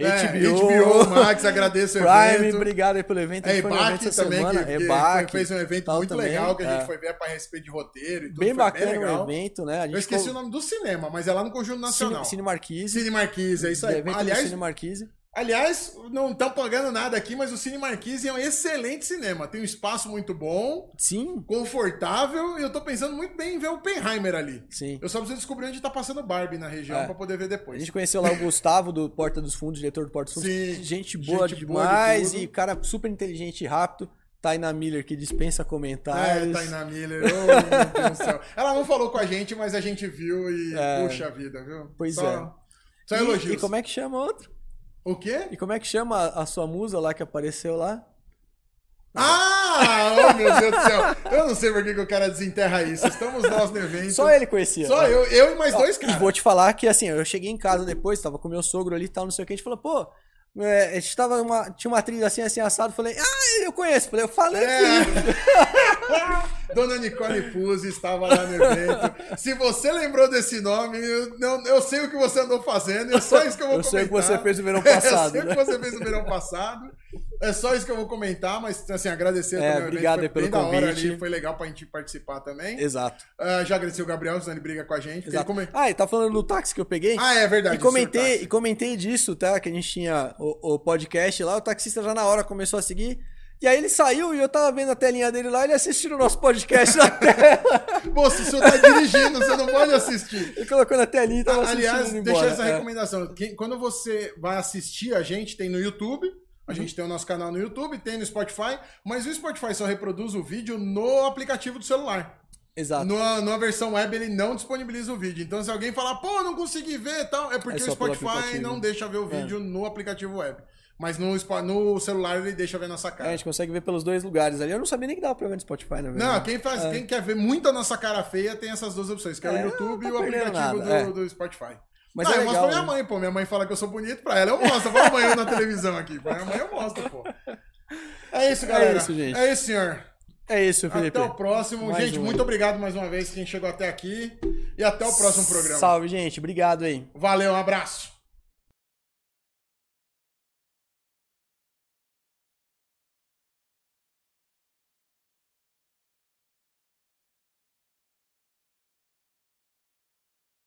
HBO Max, agradeço o evento. Prime, obrigado aí pelo evento. Foi um evento essa também, semana. Que fez um evento muito também, legal, que a gente foi ver para respeito de roteiro e tudo. Bem bacana o evento, né? Eu esqueci o nome do cinema, mas é lá no Conjunto Nacional. Cine Marquise. Cine Marquise, é isso aí. Aliás, Cine Marquise. Aliás, não estão pagando nada aqui, mas o Cine Marquise é um excelente cinema. Tem um espaço muito bom. Sim. Confortável. E eu tô pensando muito bem em ver o Oppenheimer ali. Sim. Eu só preciso descobrir onde tá passando Barbie na região pra poder ver depois. A gente conheceu lá o Gustavo do Porta dos Fundos, diretor do Porta dos Fundos. Sim. Gente boa demais e cara super inteligente e rápido. Tainá Miller, que dispensa comentários. Tainá Miller, oh, meu Deus do céu. Ela não falou com a gente, mas a gente viu e puxa vida, viu? Pois Só elogios. E como é que chama outro? O quê? E como é que chama a sua musa lá que apareceu lá? Oh meu Deus do céu. Eu não sei por que o cara desenterra isso. Estamos nós no evento. Só ele conhecia. Só eu e mais dois caras. E vou te falar que assim, eu cheguei em casa depois, tava com meu sogro ali e tal, não sei o que, a gente falou, pô, a gente tinha uma atriz assim assado, falei, eu conheço. Falei, eu falei Dona Nicole Puzzi estava lá no evento. Se você lembrou desse nome, eu sei o que você andou fazendo e é só isso que eu vou comentar. Eu sei o que você fez no verão passado. Eu sei o que você fez no verão passado. É só isso que eu vou comentar, mas assim, agradecer também o obrigado evento. Foi pelo convite. Da hora ali, foi legal pra gente participar também. Exato. Já agradeci o Gabriel, senão ele briga com a gente. E tá falando do táxi que eu peguei. É verdade. E comentei disso, tá? Que a gente tinha o podcast lá, o taxista já na hora começou a seguir. E aí ele saiu e eu tava vendo a telinha dele lá, ele assistindo o nosso podcast na tela. Pô, se o senhor tá dirigindo, você não pode assistir. Ele colocou na telinha e tava assistindo. Aliás, deixa essa recomendação. Quando você vai assistir a gente, tem no YouTube. A gente tem o nosso canal no YouTube, tem no Spotify. Mas o Spotify só reproduz o vídeo no aplicativo do celular. Exato. Na versão web ele não disponibiliza o vídeo. Então se alguém falar, pô, não consegui ver e tal, é porque o Spotify não deixa ver o vídeo no aplicativo web. Mas no celular ele deixa ver nossa cara. A gente consegue ver pelos dois lugares ali. Eu não sabia nem que dava pra ver no Spotify, na verdade. Não, quem quer ver muito a nossa cara feia tem essas duas opções, que é o YouTube e o aplicativo do Spotify. Mas eu mostro pra minha mãe, pô. Minha mãe fala que eu sou bonito, pra ela eu mostro. Pra amanhã eu na televisão aqui. Pra minha mãe eu mostro, pô. É isso, galera. É isso, gente. É isso, senhor. É isso, Felipe. Até o próximo. Gente, muito obrigado mais uma vez quem chegou até aqui. E até o próximo programa. Salve, gente. Obrigado aí. Valeu, um abraço.